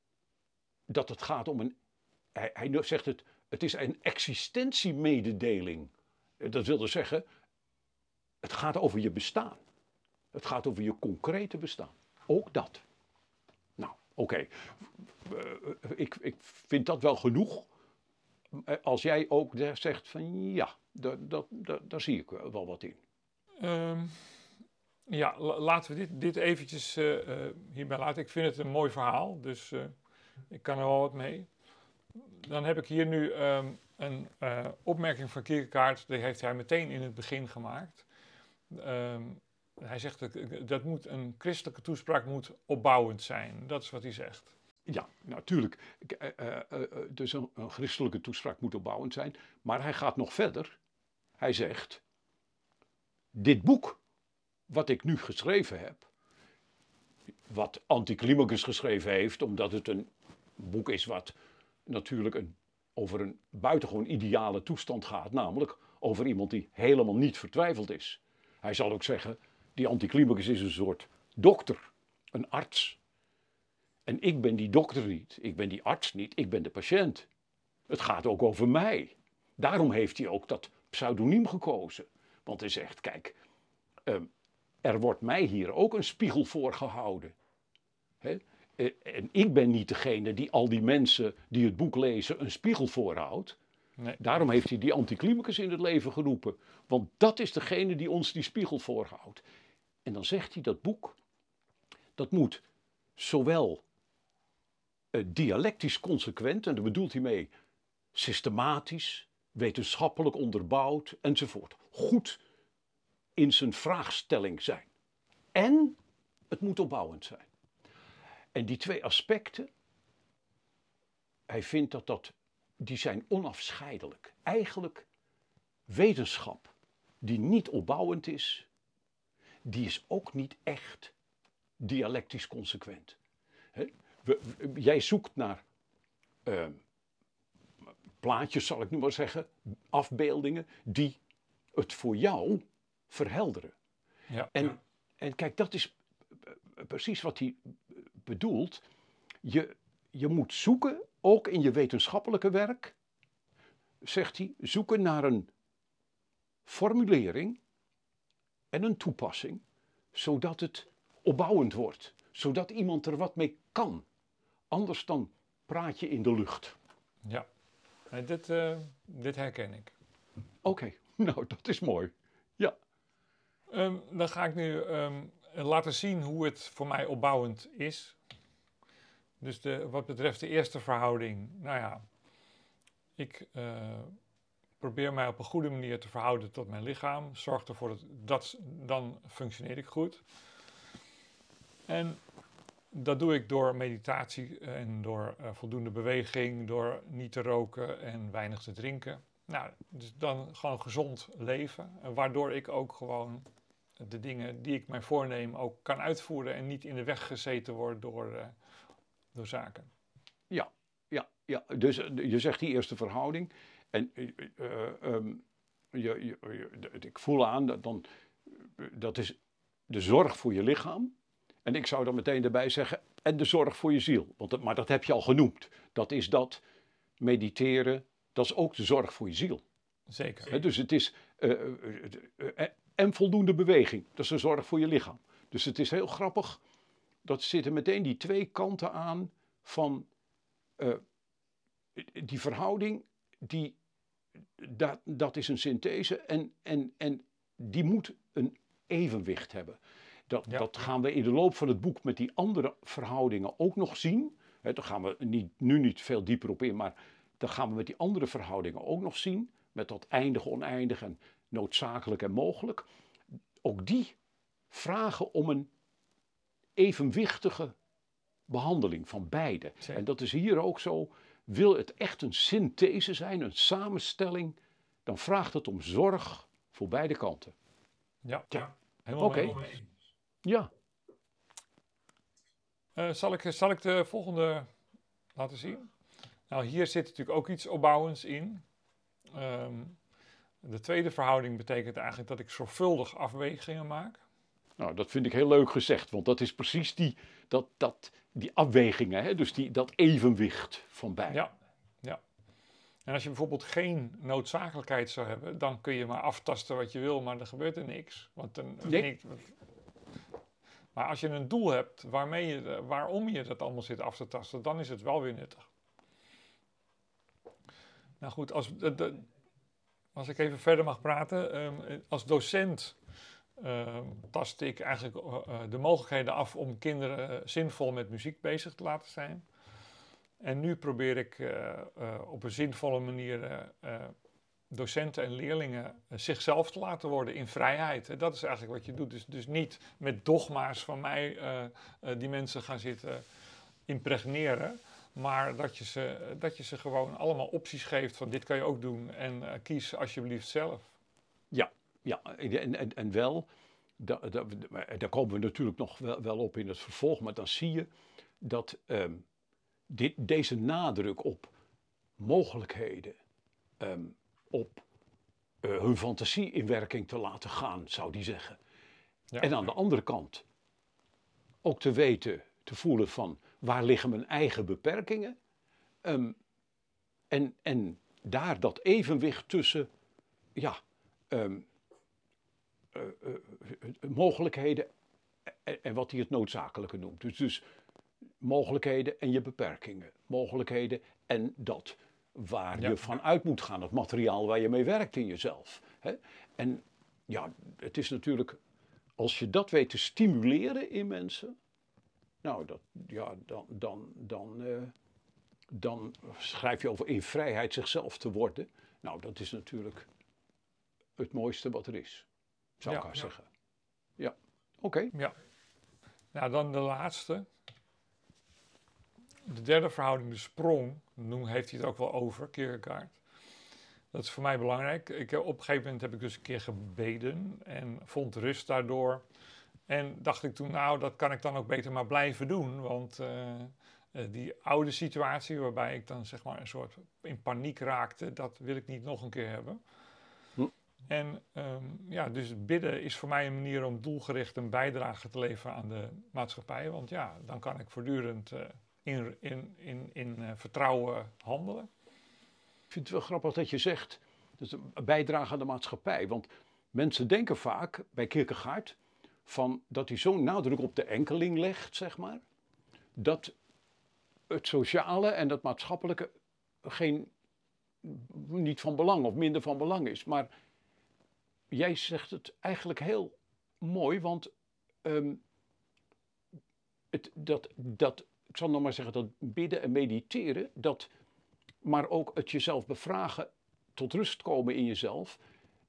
dat het gaat om een, hij, hij zegt het, het is een existentiemededeling. Dat wil dus zeggen, het gaat over je bestaan. Het gaat over je concrete bestaan. Ook dat. Nou, oké. Okay. Uh, ik, ik vind dat wel genoeg. Als jij ook zegt van ja, daar, daar, daar, daar zie ik wel wat in. Um, ja, laten we dit, dit eventjes uh, hierbij laten. Ik vind het een mooi verhaal, dus uh, ik kan er wel wat mee. Dan heb ik hier nu um, een uh, opmerking van Kierkegaard, die heeft hij meteen in het begin gemaakt. Um, hij zegt dat, dat moet een christelijke toespraak moet opbouwend zijn. Dat is wat hij zegt. Ja, natuurlijk. Uh, uh, uh, dus een, een christelijke toespraak moet opbouwend zijn. Maar hij gaat nog verder. Hij zegt, dit boek wat ik nu geschreven heb, wat Anticlimacus geschreven heeft, omdat het een boek is wat natuurlijk een, over een buitengewoon ideale toestand gaat, namelijk over iemand die helemaal niet vertwijfeld is. Hij zal ook zeggen, die Anticlimacus is een soort dokter, een arts. En ik ben die dokter niet, ik ben die arts niet, ik ben de patiënt. Het gaat ook over mij. Daarom heeft hij ook dat pseudoniem gekozen. Want hij zegt, kijk, uh, er wordt mij hier ook een spiegel voor gehouden. Hè? Uh, en ik ben niet degene die al die mensen die het boek lezen een spiegel voorhoudt. Nee. Daarom heeft hij die Anticlimacus in het leven geroepen. Want dat is degene die ons die spiegel voorhoudt. En dan zegt hij, dat boek, dat moet zowel uh, dialectisch consequent, en daar bedoelt hij mee systematisch, wetenschappelijk onderbouwd enzovoort, goed in zijn vraagstelling zijn. En het moet opbouwend zijn. En die twee aspecten, hij vindt dat dat, die zijn onafscheidelijk. Eigenlijk, wetenschap die niet opbouwend is, die is ook niet echt dialectisch consequent. He? We, we, jij zoekt naar uh, plaatjes, zal ik nu maar zeggen, afbeeldingen die het voor jou verhelderen. Ja, en, ja. en kijk, dat is precies wat hij bedoelt. Je, je moet zoeken, ook in je wetenschappelijke werk, zegt hij, zoeken naar een formulering en een toepassing, zodat het opbouwend wordt. Zodat iemand er wat mee kan. Anders dan praat je in de lucht. Ja, nee, dit, uh, dit herken ik. Oké, okay. Nou dat is mooi. Ja. Um, dan ga ik nu um, laten zien hoe het voor mij opbouwend is. Dus de, wat betreft de eerste verhouding, nou ja, ik uh, probeer mij op een goede manier te verhouden tot mijn lichaam. Zorg ervoor dat, dat dan functioneer ik goed. En dat doe ik door meditatie en door uh, voldoende beweging, door niet te roken en weinig te drinken. Nou, dus dan gewoon gezond leven, waardoor ik ook gewoon de dingen die ik mij voorneem ook kan uitvoeren en niet in de weg gezeten word door, uh, door zaken. Ja, ja, ja, dus je zegt die eerste verhouding en uh, um, je, je, je, ik voel aan dat dan, dat is de zorg voor je lichaam. En ik zou dan meteen erbij zeggen, en de zorg voor je ziel. Want dat, maar dat heb je al genoemd. Dat is dat mediteren, dat is ook de zorg voor je ziel. Zeker. He, dus het is, uh, uh, uh, en voldoende beweging, dat is de zorg voor je lichaam. Dus het is heel grappig, dat zitten meteen die twee kanten aan van uh, die verhouding, die, dat, dat is een synthese en, en, en die moet een evenwicht hebben. Dat, ja. dat gaan we in de loop van het boek met die andere verhoudingen ook nog zien. He, daar gaan we niet, nu niet veel dieper op in, maar dan gaan we met die andere verhoudingen ook nog zien. Met dat eindig, oneindig en noodzakelijk en mogelijk. Ook die vragen om een evenwichtige behandeling van beide. Zeker. En dat is hier ook zo. Wil het echt een synthese zijn, een samenstelling, dan vraagt het om zorg voor beide kanten. Ja, ja. helemaal Oké. Okay. Ja. Uh, zal, ik, zal ik de volgende laten zien? Nou, hier zit natuurlijk ook iets opbouwends in. Um, de tweede verhouding betekent eigenlijk dat ik zorgvuldig afwegingen maak. Nou, dat vind ik heel leuk gezegd, want dat is precies die, dat, dat, die afwegingen, hè? Dus die, dat evenwicht van beide. Ja, ja. En als je bijvoorbeeld geen noodzakelijkheid zou hebben, dan kun je maar aftasten wat je wil, maar er gebeurt er niks. Want dan, nee. niks maar als je een doel hebt waarmee je, waarom je dat allemaal zit af te tasten, dan is het wel weer nuttig. Nou goed, als, de, de, als ik even verder mag praten. Um, als docent uh, tast ik eigenlijk uh, de mogelijkheden af om kinderen uh, zinvol met muziek bezig te laten zijn. En nu probeer ik uh, uh, op een zinvolle manier uh, uh, docenten en leerlingen uh, zichzelf te laten worden in vrijheid. En dat is eigenlijk wat je doet. Dus, dus niet met dogma's van mij uh, uh, die mensen gaan zitten impregneren. Maar dat je, ze, dat je ze gewoon allemaal opties geeft van dit kan je ook doen en uh, kies alsjeblieft zelf. Ja, ja en, en, en wel da, da, daar komen we natuurlijk nog wel, wel op in het vervolg, maar dan zie je dat um, dit, deze nadruk op mogelijkheden, um, op uh, hun fantasie in werking te laten gaan, zou die zeggen. Ja. En aan de andere kant ook te weten, te voelen van waar liggen mijn eigen beperkingen. Um, en, en daar dat evenwicht tussen, ja, um, uh, uh, uh, mogelijkheden en, en wat hij het noodzakelijke noemt. Dus, dus mogelijkheden en je beperkingen. Mogelijkheden en dat waar ja. je van uit moet gaan. Het materiaal waar je mee werkt in jezelf. Hè? En ja, het is natuurlijk, als je dat weet te stimuleren in mensen, nou, dat, ja, dan, dan, dan, uh, dan schrijf je over in vrijheid zichzelf te worden. Nou, dat is natuurlijk het mooiste wat er is, zou ja, ik haar ja. zeggen. Ja, oké. Okay. Ja. Nou, dan de laatste. De derde verhouding, de sprong, noem, heeft hij het ook wel over, Kierkegaard. Dat is voor mij belangrijk. Ik, op een gegeven moment heb ik dus een keer gebeden en vond rust daardoor. En dacht ik toen, nou, dat kan ik dan ook beter maar blijven doen. Want uh, die oude situatie waarbij ik dan zeg maar een soort in paniek raakte, dat wil ik niet nog een keer hebben. Hm. En um, ja, dus bidden is voor mij een manier om doelgericht een bijdrage te leveren aan de maatschappij. Want ja, dan kan ik voortdurend uh, in, in, in, in uh, vertrouwen handelen. Ik vind het wel grappig dat je zegt, dus een bijdrage aan de maatschappij. Want mensen denken vaak bij Kierkegaard van dat hij zo'n nadruk op de enkeling legt, zeg maar, dat het sociale en het maatschappelijke geen, niet van belang of minder van belang is. Maar jij zegt het eigenlijk heel mooi, want um, het, dat, dat, ik zal nog maar zeggen, dat bidden en mediteren, dat, maar ook het jezelf bevragen, tot rust komen in jezelf,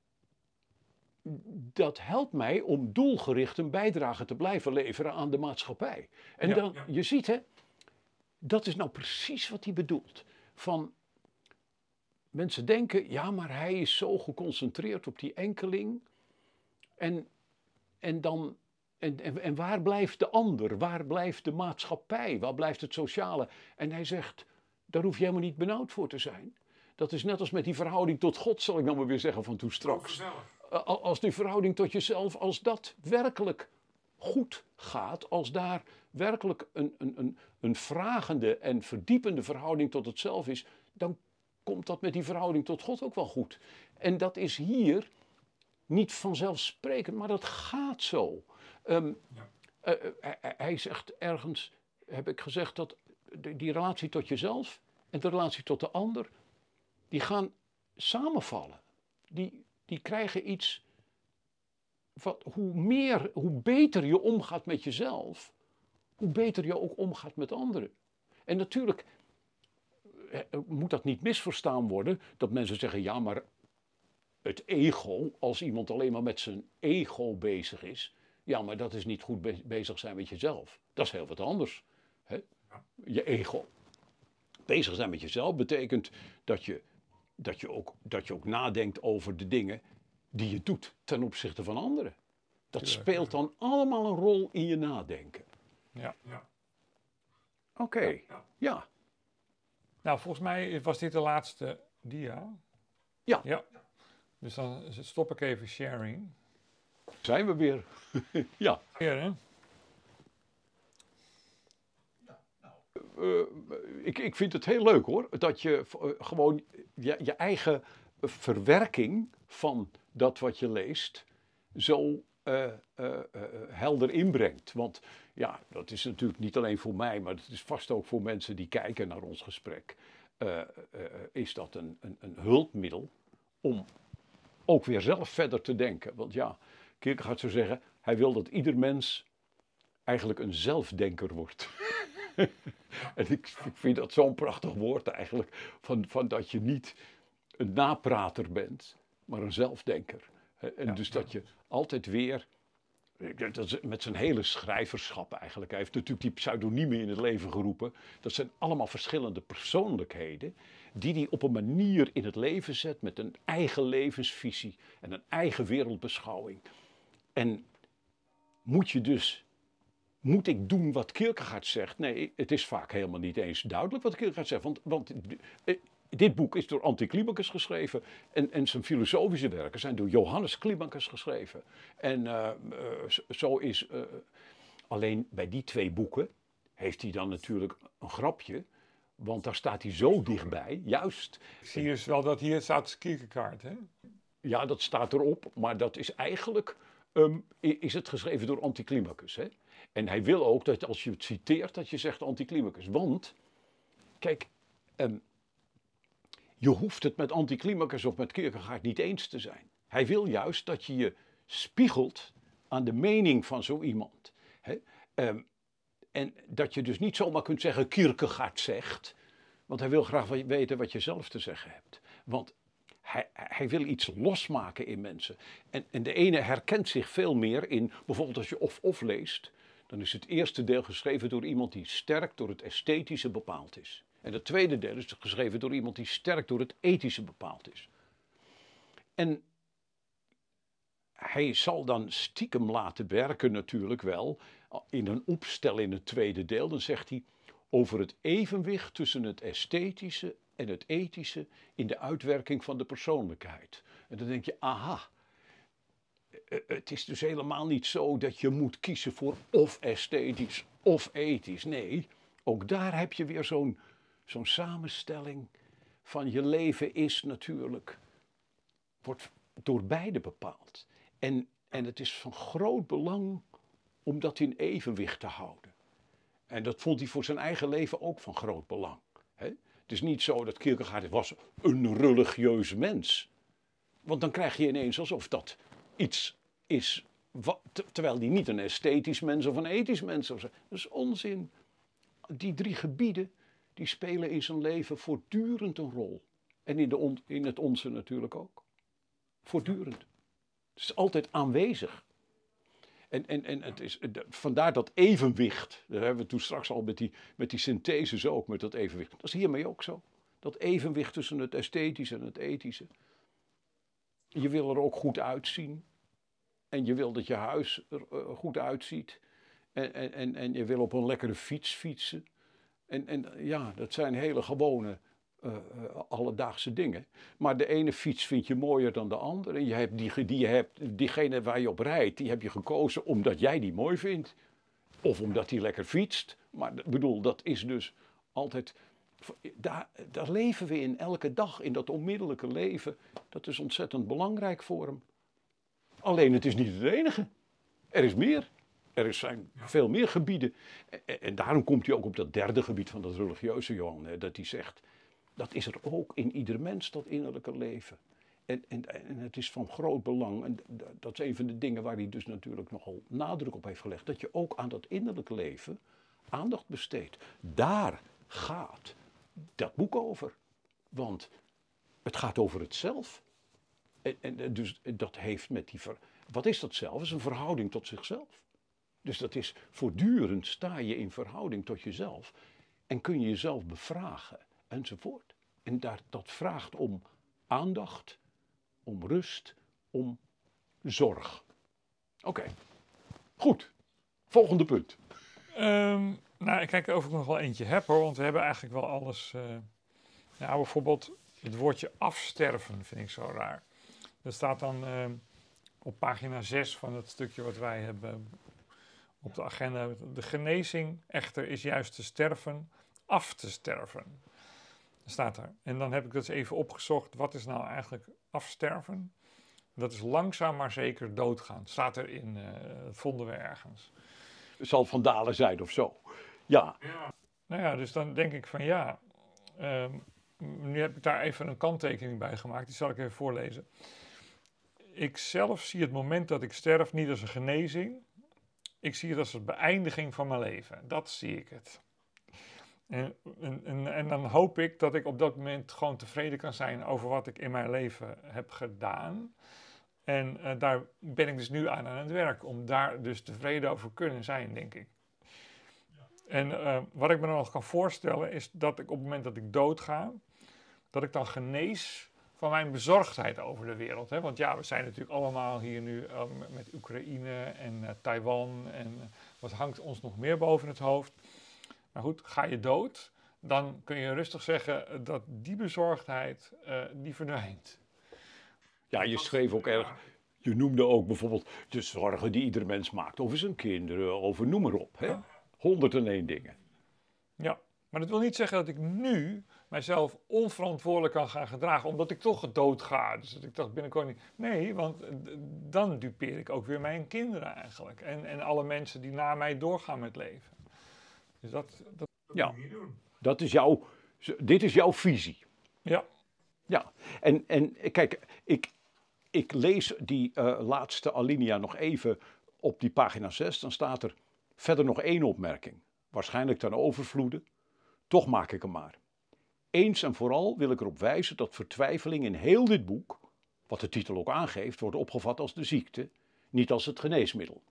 dat helpt mij om doelgericht een bijdrage te blijven leveren aan de maatschappij. En ja, dan, ja. je ziet hè, dat is nou precies wat hij bedoelt. Van, mensen denken, ja, maar hij is zo geconcentreerd op die enkeling. En, en dan, en, en, en waar blijft de ander? Waar blijft de maatschappij? Waar blijft het sociale? En hij zegt, daar hoef je helemaal niet benauwd voor te zijn. Dat is net als met die verhouding tot God, zal ik dan maar weer zeggen van toen straks. Als die verhouding tot jezelf, als dat werkelijk goed gaat, als daar werkelijk een, een, een, een vragende en verdiepende verhouding tot het zelf is, dan komt dat met die verhouding tot God ook wel goed. En dat is hier niet vanzelfsprekend, maar dat gaat zo. Um, ja. uh, hij, hij zegt ergens, heb ik gezegd, dat die, die relatie tot jezelf en de relatie tot de ander, die gaan samenvallen. Die, die krijgen iets, wat, hoe meer, hoe beter je omgaat met jezelf, hoe beter je ook omgaat met anderen. En natuurlijk moet dat niet misverstaan worden, dat mensen zeggen, ja, maar het ego, als iemand alleen maar met zijn ego bezig is, ja, maar dat is niet goed be- bezig zijn met jezelf. Dat is heel wat anders. Hè? Je ego. Bezig zijn met jezelf betekent dat je, dat, je ook, dat je ook nadenkt over de dingen die je doet ten opzichte van anderen. Dat speelt dan allemaal een rol in je nadenken. Ja. ja. Oké, okay. ja. ja. Nou, volgens mij was dit de laatste dia. Ja. ja. Dus dan stop ik even sharing. Zijn we weer. ja. Weer, hè? Uh, ik, ik vind het heel leuk hoor, dat je uh, gewoon je, je eigen verwerking van dat wat je leest zo uh, uh, uh, helder inbrengt. Want ja, dat is natuurlijk niet alleen voor mij, maar het is vast ook voor mensen die kijken naar ons gesprek. Uh, uh, is dat een, een, een hulpmiddel om ook weer zelf verder te denken. Want ja, Kierkegaard zou zeggen, hij wil dat ieder mens eigenlijk een zelfdenker wordt. En ik, ik vind dat zo'n prachtig woord eigenlijk, van, van dat je niet een naprater bent, maar een zelfdenker. En ja, dus ja. dat je altijd weer, dat is met zijn hele schrijverschap eigenlijk, hij heeft natuurlijk die pseudoniemen in het leven geroepen, dat zijn allemaal verschillende persoonlijkheden, die hij op een manier in het leven zet met een eigen levensvisie en een eigen wereldbeschouwing. En moet je dus, moet ik doen wat Kierkegaard zegt? Nee, het is vaak helemaal niet eens duidelijk wat Kierkegaard zegt. Want, want eh, dit boek is door Anticlimacus geschreven en, en zijn filosofische werken zijn door Johannes Climacus geschreven. En uh, uh, zo is, uh, alleen bij die twee boeken heeft hij dan natuurlijk een grapje. Want daar staat hij zo dichtbij, juist. Ik zie dus wel dat hier staat Kierkegaard, hè? Ja, dat staat erop, maar dat is eigenlijk, um, is het geschreven door Anticlimacus. Hè? En hij wil ook dat als je het citeert, dat je zegt Anticlimacus. Want, kijk, um, je hoeft het met Anticlimacus of met Kierkegaard niet eens te zijn. Hij wil juist dat je je spiegelt aan de mening van zo iemand. Hè? Um, en dat je dus niet zomaar kunt zeggen Kierkegaard zegt, want hij wil graag weten wat je zelf te zeggen hebt. Want hij, hij wil iets losmaken in mensen. En, en de ene herkent zich veel meer in, bijvoorbeeld als je of-of leest, dan is het eerste deel geschreven door iemand die sterk door het esthetische bepaald is. En het tweede deel is geschreven door iemand die sterk door het ethische bepaald is. En hij zal dan stiekem laten werken natuurlijk wel, in een opstel in het tweede deel, dan zegt hij over het evenwicht tussen het esthetische en het ethische in de uitwerking van de persoonlijkheid. En dan denk je, aha, het is dus helemaal niet zo dat je moet kiezen voor of esthetisch of ethisch. Nee, ook daar heb je weer zo'n zo'n samenstelling van je leven is natuurlijk, wordt door beide bepaald. En, en het is van groot belang om dat in evenwicht te houden. En dat vond hij voor zijn eigen leven ook van groot belang. Hè? Het is niet zo dat Kierkegaard was een religieus mens. Want dan krijg je ineens alsof dat iets is, wat, terwijl hij niet een esthetisch mens of een ethisch mens was. Dat is onzin. Die drie gebieden, die spelen in zijn leven voortdurend een rol. En in, de on, in het onze natuurlijk ook. Voortdurend. Het is altijd aanwezig. En, en, en het is, vandaar dat evenwicht, daar hebben we toen straks al met die, met die syntheses ook, met dat evenwicht. Dat is hiermee ook zo. Dat evenwicht tussen het esthetische en het ethische. Je wil er ook goed uitzien. En je wil dat je huis er uh, goed uitziet. En, en, en, en je wil op een lekkere fiets fietsen. En, en ja, dat zijn hele gewone uh, uh, alledaagse dingen. Maar de ene fiets vind je mooier dan de andere. En je hebt die, die je hebt, diegene waar je op rijdt, die heb je gekozen omdat jij die mooi vindt. Of omdat die lekker fietst. Maar ik bedoel, dat is dus altijd... Daar, daar leven we in elke dag, in dat onmiddellijke leven. Dat is ontzettend belangrijk voor hem. Alleen het is niet het enige. Er is meer. Er zijn veel meer gebieden. En, en daarom komt hij ook op dat derde gebied van dat religieuze, Johan. Hè, dat hij zegt, dat is er ook in ieder mens, dat innerlijke leven. En, en, en het is van groot belang, en dat is een van de dingen waar hij dus natuurlijk nogal nadruk op heeft gelegd, dat je ook aan dat innerlijke leven aandacht besteedt. Daar gaat dat boek over. Want het gaat over het zelf. En, en dus dat heeft met die... Ver... Wat is dat zelf? Het is een verhouding tot zichzelf. Dus dat is voortdurend sta je in verhouding tot jezelf. En kun je jezelf bevragen enzovoort. En daar, dat vraagt om aandacht, om rust, om zorg. Oké, okay. Goed. Volgende punt. Um, nou, ik kijk of ik nog wel eentje heb hoor, want we hebben eigenlijk wel alles... Uh, ja, bijvoorbeeld het woordje afsterven vind ik zo raar. Dat staat dan uh, op pagina zes van het stukje wat wij hebben op de agenda. De genezing echter is juist te sterven, af te sterven. Dat staat er. En dan heb ik dus even opgezocht, wat is nou eigenlijk afsterven? Dat is langzaam maar zeker doodgaan. Staat erin, uh, dat vonden we ergens. Het zal Van Dalen zijn of zo. Ja. ja. Nou ja, dus dan denk ik van ja... Um, nu heb ik daar even een kanttekening bij gemaakt. Die zal ik even voorlezen. Ik zelf zie het moment dat ik sterf niet als een genezing. Ik zie het als een beëindiging van mijn leven. Dat zie ik het. En, en, en, en dan hoop ik dat ik op dat moment gewoon tevreden kan zijn over wat ik in mijn leven heb gedaan. En uh, daar ben ik dus nu aan aan het werk. Om daar dus tevreden over kunnen zijn, denk ik. En uh, wat ik me dan nog kan voorstellen is dat ik op het moment dat ik doodga, dat ik dan genees van mijn bezorgdheid over de wereld. Hè? Want ja, we zijn natuurlijk allemaal hier nu uh, met Oekraïne en uh, Taiwan en uh, wat hangt ons nog meer boven het hoofd. Maar goed, ga je dood, dan kun je rustig zeggen dat die bezorgdheid, uh, die verdwijnt. Ja, je schreef ook erg, je noemde ook bijvoorbeeld de zorgen die ieder mens maakt over zijn kinderen, over noem maar op. Hè? honderd en één dingen. Ja, maar dat wil niet zeggen dat ik nu mijzelf onverantwoordelijk kan gaan gedragen, omdat ik toch dood ga. Dus dat ik dacht binnenkort niet. Nee, want dan dupeer ik ook weer mijn kinderen eigenlijk. En, en alle mensen die na mij doorgaan met leven. Dus dat, dat ja, moet je niet doen. Dat is jouw, dit is jouw visie. Ja. Ja, en, en kijk, ik, ik lees die uh, laatste alinea nog even op die pagina zes. Dan staat er verder nog één opmerking. Waarschijnlijk ten overvloede. Toch maak ik hem maar. Eens en vooral wil ik erop wijzen dat vertwijfeling in heel dit boek, wat de titel ook aangeeft, wordt opgevat als de ziekte, niet als het geneesmiddel.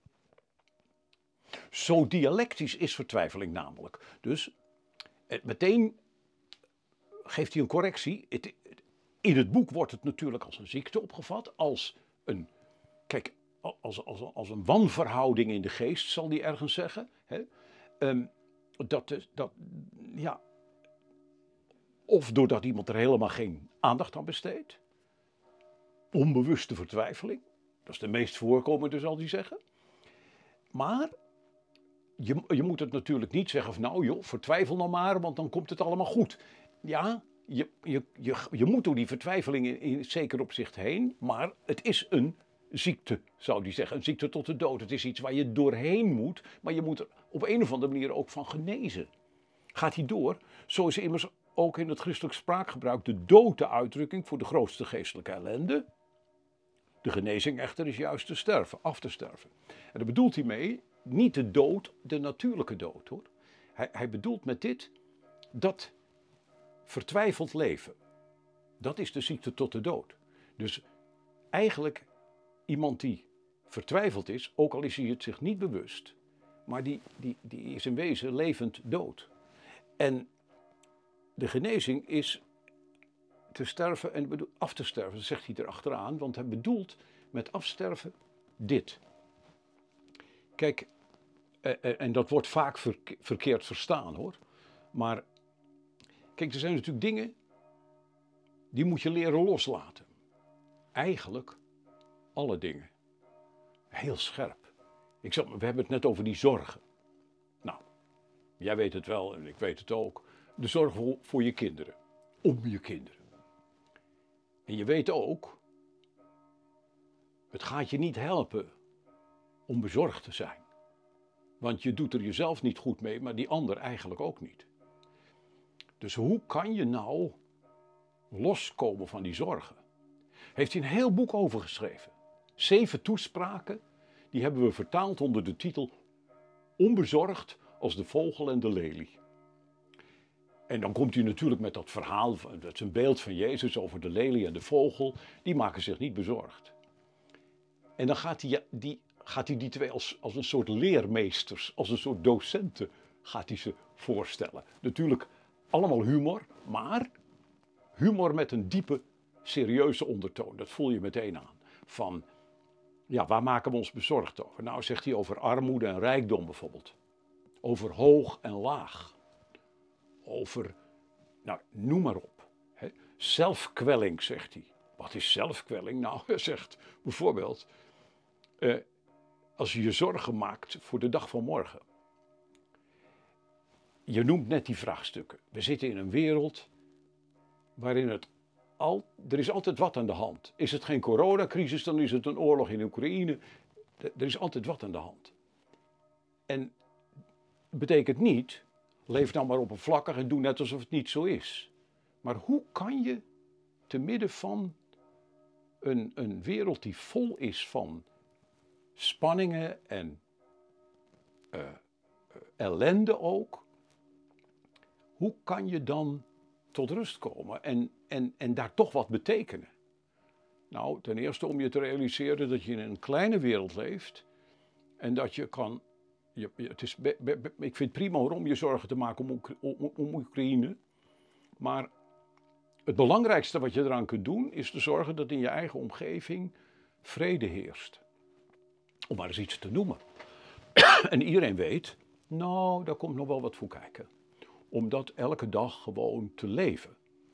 Zo dialectisch is vertwijfeling namelijk. Dus meteen geeft hij een correctie. Het, in het boek wordt het natuurlijk als een ziekte opgevat, als een, kijk, als, als, als een wanverhouding in de geest, zal hij ergens zeggen. Hè? Um, dat, dat, ja, of doordat iemand er helemaal geen aandacht aan besteedt. Onbewuste vertwijfeling. Dat is de meest voorkomende, zal hij zeggen. Maar je, je moet het natuurlijk niet zeggen van nou joh, vertwijfel nou maar, want dan komt het allemaal goed. Ja, je, je, je, je moet door die vertwijfeling in, in zeker opzicht heen, maar het is een ziekte, zou hij zeggen. Een ziekte tot de dood. Het is iets waar je doorheen moet, maar je moet er op een of andere manier ook van genezen. Gaat hij door? Zo is immers ook in het christelijk spraakgebruik de dood de uitdrukking voor de grootste geestelijke ellende. De genezing echter is juist te sterven, af te sterven. En daar bedoelt hij mee niet de dood, de natuurlijke dood hoor. Hij, hij bedoelt met dit dat vertwijfeld leven. Dat is de ziekte tot de dood. Dus eigenlijk iemand die vertwijfeld is, ook al is hij het zich niet bewust, maar die, die, die is in wezen levend dood. En de genezing is te sterven en af te sterven, dat zegt hij erachteraan, want hij bedoelt met afsterven dit. Kijk, en dat wordt vaak verkeerd verstaan hoor, maar kijk, er zijn natuurlijk dingen die moet je leren loslaten. Eigenlijk alle dingen. Heel scherp. Ik zeg, we hebben het net over die zorgen. Nou, jij weet het wel en ik weet het ook. De zorg voor, voor je kinderen. Om je kinderen. En je weet ook, het gaat je niet helpen om bezorgd te zijn. Want je doet er jezelf niet goed mee, maar die ander eigenlijk ook niet. Dus hoe kan je nou loskomen van die zorgen? Heeft hij een heel boek over geschreven. Zeven toespraken, die hebben we vertaald onder de titel Onbezorgd als de vogel en de lelie. En dan komt hij natuurlijk met dat verhaal, dat is een beeld van Jezus over de lelie en de vogel, die maken zich niet bezorgd. En dan gaat hij die, gaat hij die twee als, als een soort leermeesters, als een soort docenten, gaat hij ze voorstellen. Natuurlijk allemaal humor, maar humor met een diepe, serieuze ondertoon. Dat voel je meteen aan. Van, ja, waar maken we ons bezorgd over? Nou, zegt hij over armoede en rijkdom bijvoorbeeld. Over hoog en laag. Over, nou, noem maar op. Hè. Zelfkwelling, zegt hij. Wat is zelfkwelling? Nou, hij zegt bijvoorbeeld, eh, als je je zorgen maakt voor de dag van morgen. Je noemt net die vraagstukken. We zitten in een wereld waarin het al, er is altijd wat aan de hand. Is het geen coronacrisis, dan is het een oorlog in Oekraïne. Er is altijd wat aan de hand. En betekent niet, leef nou maar oppervlakkig en doe net alsof het niet zo is. Maar hoe kan je te midden van een, een wereld die vol is van spanningen en uh, ellende ook, hoe kan je dan tot rust komen en, en, en daar toch wat betekenen? Nou, ten eerste om je te realiseren dat je in een kleine wereld leeft en dat je kan, je, het is, be, be, be, ik vind het prima om je zorgen te maken om, om, om Oekraïne, maar Het belangrijkste wat je eraan kunt doen is te zorgen dat in je eigen omgeving vrede heerst. Om maar eens iets te noemen. En iedereen weet, nou, daar komt nog wel wat voor kijken. Om dat elke dag gewoon te leven.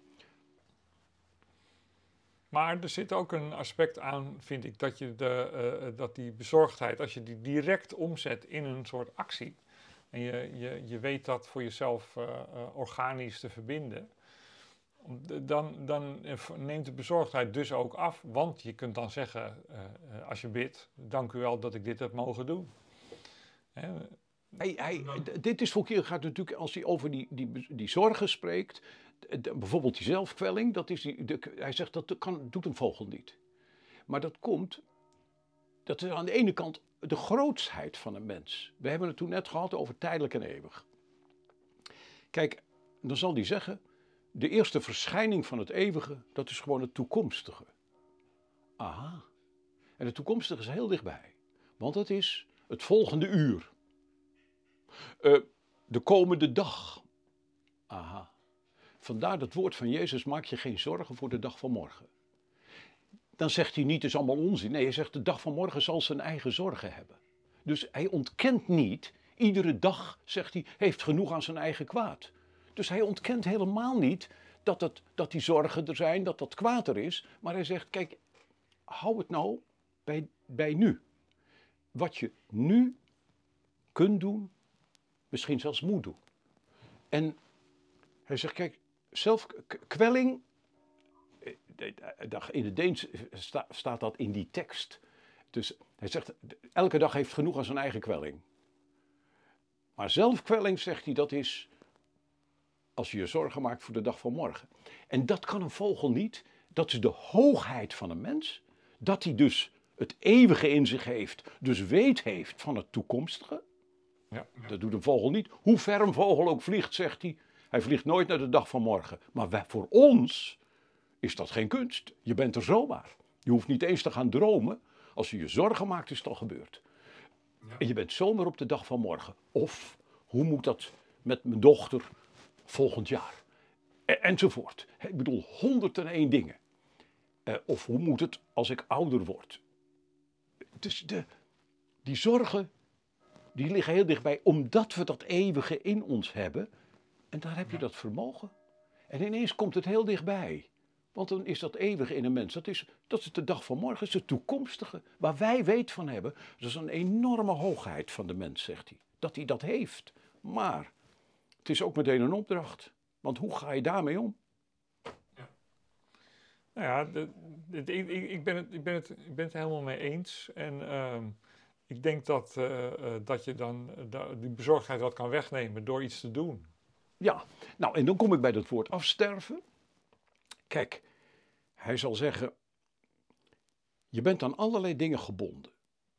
Maar er zit ook een aspect aan, vind ik, dat, je de, uh, dat die bezorgdheid, als je die direct omzet in een soort actie, en je, je, je weet dat voor jezelf uh, uh, organisch te verbinden, dan, dan neemt de bezorgdheid dus ook af. Want je kunt dan zeggen, uh, uh, als je bidt, dank u wel dat ik dit heb mogen doen. Hè? Hij, hij, dit is voor keer gaat natuurlijk, als hij over die, die, die zorgen spreekt, de, bijvoorbeeld die zelfkwelling, dat is die, de, hij zegt dat kan, doet een vogel niet. Maar dat komt, dat is aan de ene kant de grootsheid van een mens. We hebben het toen net gehad over tijdelijk en eeuwig. Kijk, dan zal hij zeggen, de eerste verschijning van het eeuwige, dat is gewoon het toekomstige. Aha. En het toekomstige is heel dichtbij. Want het is het volgende uur. Uh, de komende dag. Aha. Vandaar dat woord van Jezus, maak je geen zorgen voor de dag van morgen. Dan zegt hij niet, het is allemaal onzin. Nee, hij zegt, de dag van morgen zal zijn eigen zorgen hebben. Dus hij ontkent niet, iedere dag, zegt hij, heeft genoeg aan zijn eigen kwaad. Dus hij ontkent helemaal niet dat, het, dat die zorgen er zijn, dat dat kwaad er is. Maar hij zegt, kijk, hou het nou bij, bij nu. Wat je nu kunt doen, misschien zelfs moet doen. En hij zegt, kijk, zelfkwelling, in het Deens staat dat in die tekst. Dus hij zegt, elke dag heeft genoeg aan zijn eigen kwelling. Maar zelfkwelling, zegt hij, dat is als je je zorgen maakt voor de dag van morgen. En dat kan een vogel niet. Dat is de hoogheid van een mens. Dat hij dus het eeuwige in zich heeft. Dus weet heeft van het toekomstige. Ja. Dat doet een vogel niet. Hoe ver een vogel ook vliegt, zegt hij. Hij vliegt nooit naar de dag van morgen. Maar wij, voor ons is dat geen kunst. Je bent er zomaar. Je hoeft niet eens te gaan dromen. Als je je zorgen maakt, is het al gebeurd. Ja. En je bent zomaar op de dag van morgen. Of, hoe moet dat met mijn dochter volgend jaar? En, enzovoort. Ik bedoel, honderd en één dingen. Eh, of hoe moet het als ik ouder word? Dus de, die zorgen, die liggen heel dichtbij, omdat we dat eeuwige in ons hebben. En daar heb je dat vermogen. En ineens komt het heel dichtbij. Want dan is dat eeuwige in een mens. Dat is, dat is de dag van morgen, dat is het toekomstige. Waar wij weet van hebben. Dat is een enorme hoogheid van de mens, zegt hij. Dat hij dat heeft. Maar het is ook meteen een opdracht. Want hoe ga je daarmee om? Ja. Nou ja, de, de, de, ik, ik, ben het, ik, ben het, ik ben het er helemaal mee eens. En uh, ik denk dat, uh, uh, dat je dan uh, die bezorgdheid wat kan wegnemen door iets te doen. Ja, nou en dan kom ik bij dat woord afsterven. Kijk, hij zal zeggen, je bent aan allerlei dingen gebonden.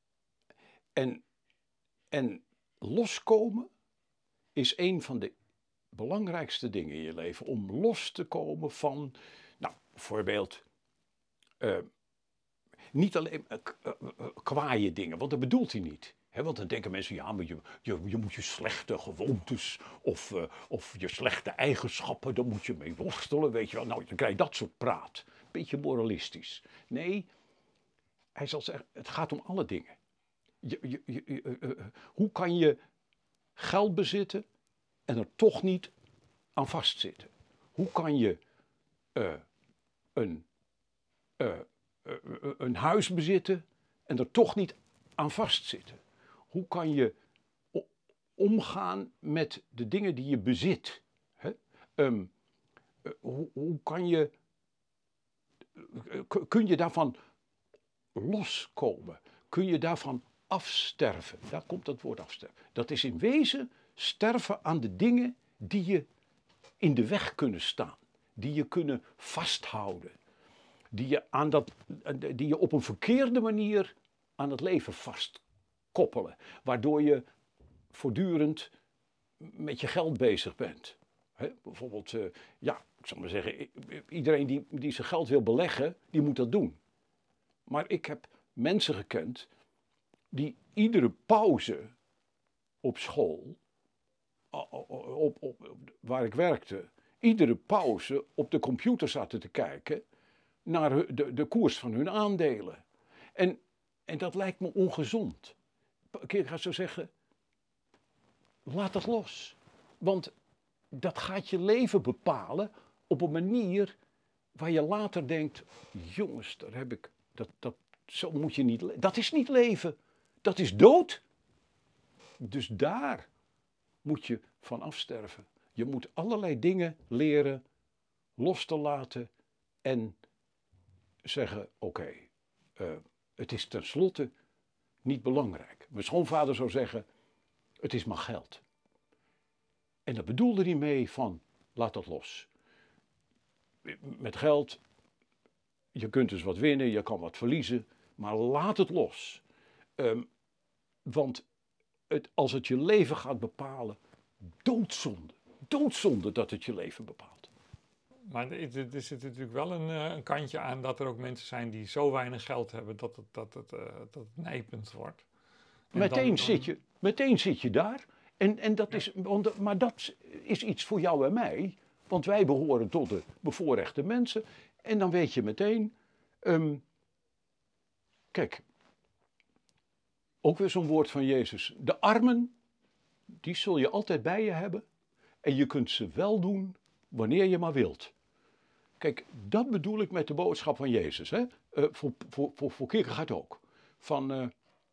En, en loskomen is een van de belangrijkste dingen in je leven. Om los te komen van, nou, bijvoorbeeld, uh, niet alleen uh, uh, uh, kwaaie dingen, want dat bedoelt hij niet. He, want dan denken mensen, ja, maar je, je, je moet je slechte gewoontes of, uh, of je slechte eigenschappen, daar moet je mee worstelen, weet je wel. Nou, dan krijg je dat soort praat. Beetje moralistisch. Nee, hij zal zeggen, het gaat om alle dingen. Je, je, je, uh, uh, hoe kan je geld bezitten en er toch niet aan vastzitten? Hoe kan je uh, een, uh, uh, uh, een huis bezitten en er toch niet aan vastzitten? Hoe kan je omgaan met de dingen die je bezit? Hè? Um, uh, hoe, hoe kan je, uh, kun je daarvan loskomen? Kun je daarvan afsterven? Daar komt dat woord afsterven. Dat is in wezen sterven aan de dingen die je in de weg kunnen staan. Die je kunnen vasthouden. Die je, aan dat, die je op een verkeerde manier aan het leven vastkoppelen. Waardoor je voortdurend met je geld bezig bent. He, bijvoorbeeld, uh, ja, ik zal maar zeggen, iedereen die, die zijn geld wil beleggen, die moet dat doen. Maar ik heb mensen gekend die iedere pauze op school, op, op, op, waar ik werkte, iedere pauze op de computer zaten te kijken naar hu- de, de koers van hun aandelen. En, en dat lijkt me ongezond. Ik ga zo zeggen, laat het los. Want dat gaat je leven bepalen op een manier waar je later denkt, jongens, daar heb ik, dat, dat, zo moet je niet, le- dat is niet leven, dat is dood. Dus daar moet je van afsterven. Je moet allerlei dingen leren los te laten en zeggen, oké, okay, uh, het is tenslotte niet belangrijk. Mijn schoonvader zou zeggen, het is maar geld. En dat bedoelde hij mee van, laat dat los. Met geld, je kunt dus wat winnen, je kan wat verliezen, maar laat het los. Um, want het, als het je leven gaat bepalen, doodzonde. Doodzonde dat het je leven bepaalt. Maar er, er zit natuurlijk wel een, een kantje aan dat er ook mensen zijn die zo weinig geld hebben dat het, dat het, uh, dat het nijpend wordt. En Meteen, dan, dan... Zit je, meteen zit je daar. En, en dat ja. is, maar dat is iets voor jou en mij. Want wij behoren tot de bevoorrechte mensen. En dan weet je meteen. Um, kijk. Ook weer zo'n woord van Jezus. De armen, die zul je altijd bij je hebben. En je kunt ze wel doen wanneer je maar wilt. Kijk, dat bedoel ik met de boodschap van Jezus. Hè? Uh, voor, voor, voor, voor Kierkegaard ook. Van, uh,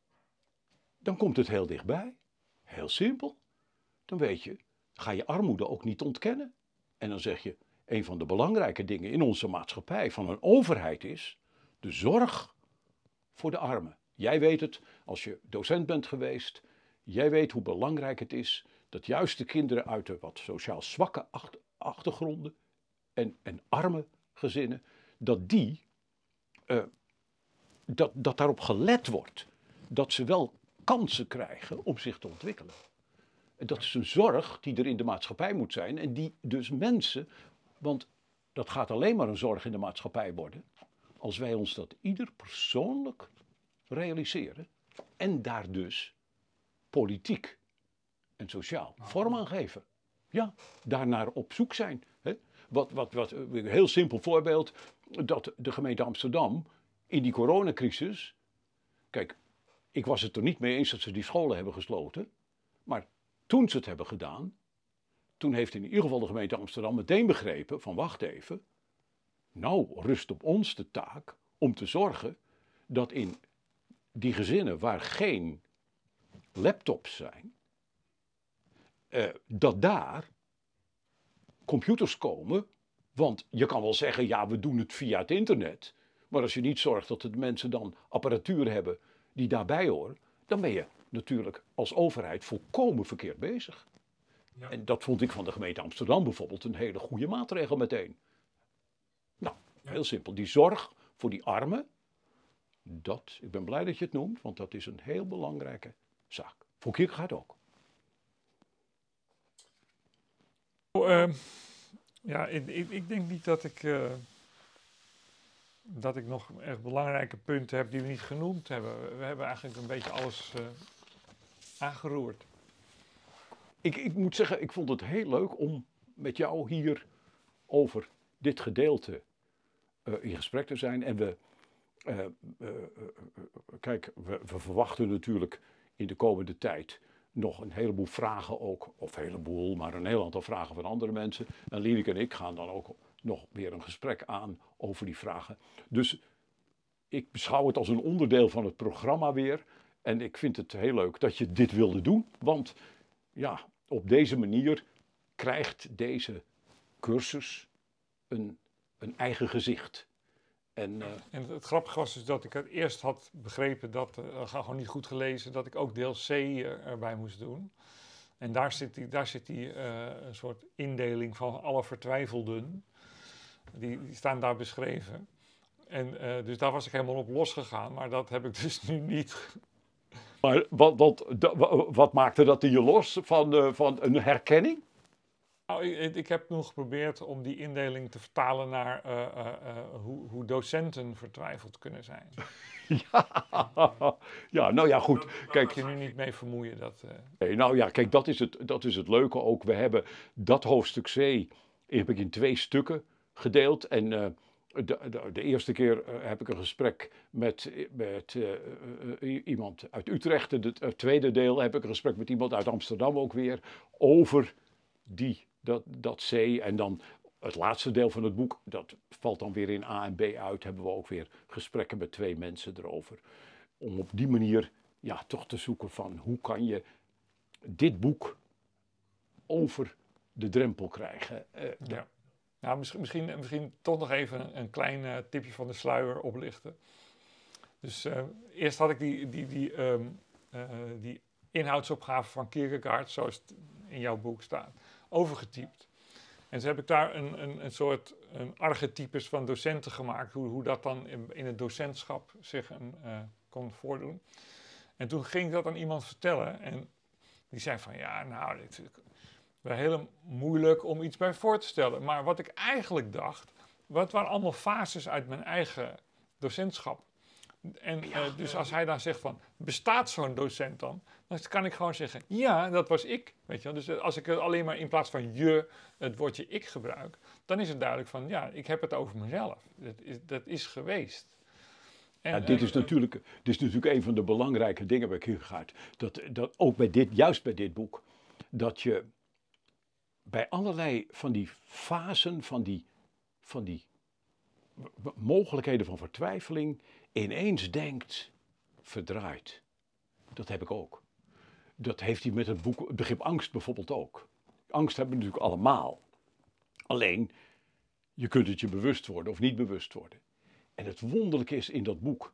dan komt het heel dichtbij. Heel simpel. Dan weet je, ga je armoede ook niet ontkennen. En dan zeg je, een van de belangrijke dingen in onze maatschappij van een overheid is de zorg voor de armen. Jij weet het, als je docent bent geweest, jij weet hoe belangrijk het is dat juist de kinderen uit de wat sociaal zwakke achtergronden en, en arme gezinnen, dat die, uh, dat, dat daarop gelet wordt, dat ze wel kansen krijgen om zich te ontwikkelen. En dat is een zorg die er in de maatschappij moet zijn en die dus mensen, want dat gaat alleen maar een zorg in de maatschappij worden, als wij ons dat ieder persoonlijk realiseren en daar dus politiek en sociaal vorm aan geven. Ja, daarnaar op zoek zijn. Hè? Wat, wat, wat, een heel simpel voorbeeld, dat de gemeente Amsterdam in die coronacrisis, kijk, ik was het er niet mee eens dat ze die scholen hebben gesloten, maar toen ze het hebben gedaan, toen heeft in ieder geval de gemeente Amsterdam meteen begrepen van wacht even, nou rust op ons de taak om te zorgen dat in die gezinnen waar geen laptops zijn, uh, dat daar computers komen, want je kan wel zeggen, ja we doen het via het internet, maar als je niet zorgt dat de mensen dan apparatuur hebben die daarbij horen, dan ben je natuurlijk als overheid volkomen verkeerd bezig. Ja. En dat vond ik van de gemeente Amsterdam bijvoorbeeld een hele goede maatregel meteen. Nou, ja. Heel simpel. Die zorg voor die armen, dat, ik ben blij dat je het noemt, want dat is een heel belangrijke zaak. Voor Kierkegaard ook. Oh, uh, ja, ik, ik, ik denk niet dat ik, uh, dat ik nog echt belangrijke punten heb die we niet genoemd hebben. We hebben eigenlijk een beetje alles uh, aangeroerd. Ik, ik moet zeggen, ik vond het heel leuk om met jou hier over dit gedeelte uh, in gesprek te zijn. En we, uh, uh, uh, uh, kijk, we, we verwachten natuurlijk in de komende tijd nog een heleboel vragen ook, of een heleboel, maar een heel aantal vragen van andere mensen. En Lieneke en ik gaan dan ook nog weer een gesprek aan over die vragen. Dus ik beschouw het als een onderdeel van het programma weer. En ik vind het heel leuk dat je dit wilde doen, want ja, op deze manier krijgt deze cursus een, een eigen gezicht. En, uh, en het grappige was dus dat ik het eerst had begrepen, dat uh, gewoon niet goed gelezen, dat ik ook deel C uh, erbij moest doen. En daar zit die, daar zit die uh, een soort indeling van alle vertwijfelden. Die, die staan daar beschreven. En uh, dus daar was ik helemaal op losgegaan, maar dat heb ik dus nu niet. Maar wat, wat, wat maakte dat in je los van, uh, van een herkenning? Nou, ik, ik heb nog geprobeerd om die indeling te vertalen naar uh, uh, uh, hoe, hoe docenten vertwijfeld kunnen zijn. Ja, ja, nou ja, goed. Kijk, je nu niet mee vermoeien. Dat, uh... nee, nou ja, kijk, dat is, het, dat is het leuke ook. We hebben dat hoofdstuk C Die heb ik in twee stukken gedeeld. En uh, de, de, de eerste keer uh, heb ik een gesprek met, met uh, uh, iemand uit Utrecht. Het uh, tweede deel heb ik een gesprek met iemand uit Amsterdam ook weer. Over die, dat, dat C. En dan het laatste deel van het boek, dat valt dan weer in A en B uit. Hebben we ook weer gesprekken met twee mensen erover. Om op die manier ja, toch te zoeken van hoe kan je dit boek over de drempel krijgen. Uh, ja. Nou, misschien, misschien, misschien toch nog even een, een klein uh, tipje van de sluier oplichten. Dus uh, eerst had ik die, die, die, um, uh, die inhoudsopgave van Kierkegaard, zoals het in jouw boek staat, overgetypt. En toen heb ik daar een, een, een soort een archetypes van docenten gemaakt, hoe, hoe dat dan in, in het docentschap zich een, uh, kon voordoen. En toen ging ik dat aan iemand vertellen en die zei van ja, nou, dit is wel heel moeilijk om iets bij voor te stellen. Maar wat ik eigenlijk dacht, wat waren allemaal fases uit mijn eigen docentschap. En ja, uh, dus als hij dan zegt van, bestaat zo'n docent dan? Dan kan ik gewoon zeggen, ja, dat was ik. Weet je wel? Dus als ik alleen maar in plaats van je het woordje ik gebruik, dan is het duidelijk van, ja, ik heb het over mezelf. Dat is, dat is geweest. En, ja, dit, is uh, natuurlijk, dit is natuurlijk een van de belangrijke dingen bij Kierkegaard. Dat, dat ook bij dit, juist bij dit boek, dat je bij allerlei van die fasen, van die, van die mogelijkheden van vertwijfeling, ineens denkt, verdraaid. Dat heb ik ook. Dat heeft hij met het boek, het begrip angst bijvoorbeeld ook. Angst hebben we natuurlijk allemaal. Alleen, je kunt het je bewust worden of niet bewust worden. En het wonderlijke is in dat boek,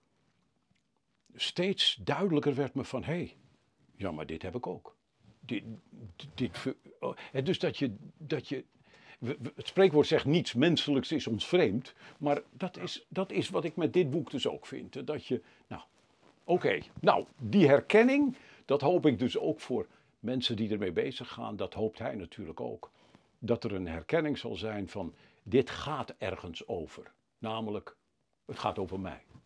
steeds duidelijker werd me van, hé, hey, ja, maar dit heb ik ook. Dit, dit, oh, dus dat je, dat je, het spreekwoord zegt niets menselijks is ons vreemd, maar dat is, dat is wat ik met dit boek dus ook vind. Dat je, nou, oké, okay, nou, die herkenning, dat hoop ik dus ook voor mensen die ermee bezig gaan, dat hoopt hij natuurlijk ook. Dat er een herkenning zal zijn van, dit gaat ergens over, namelijk, het gaat over mij.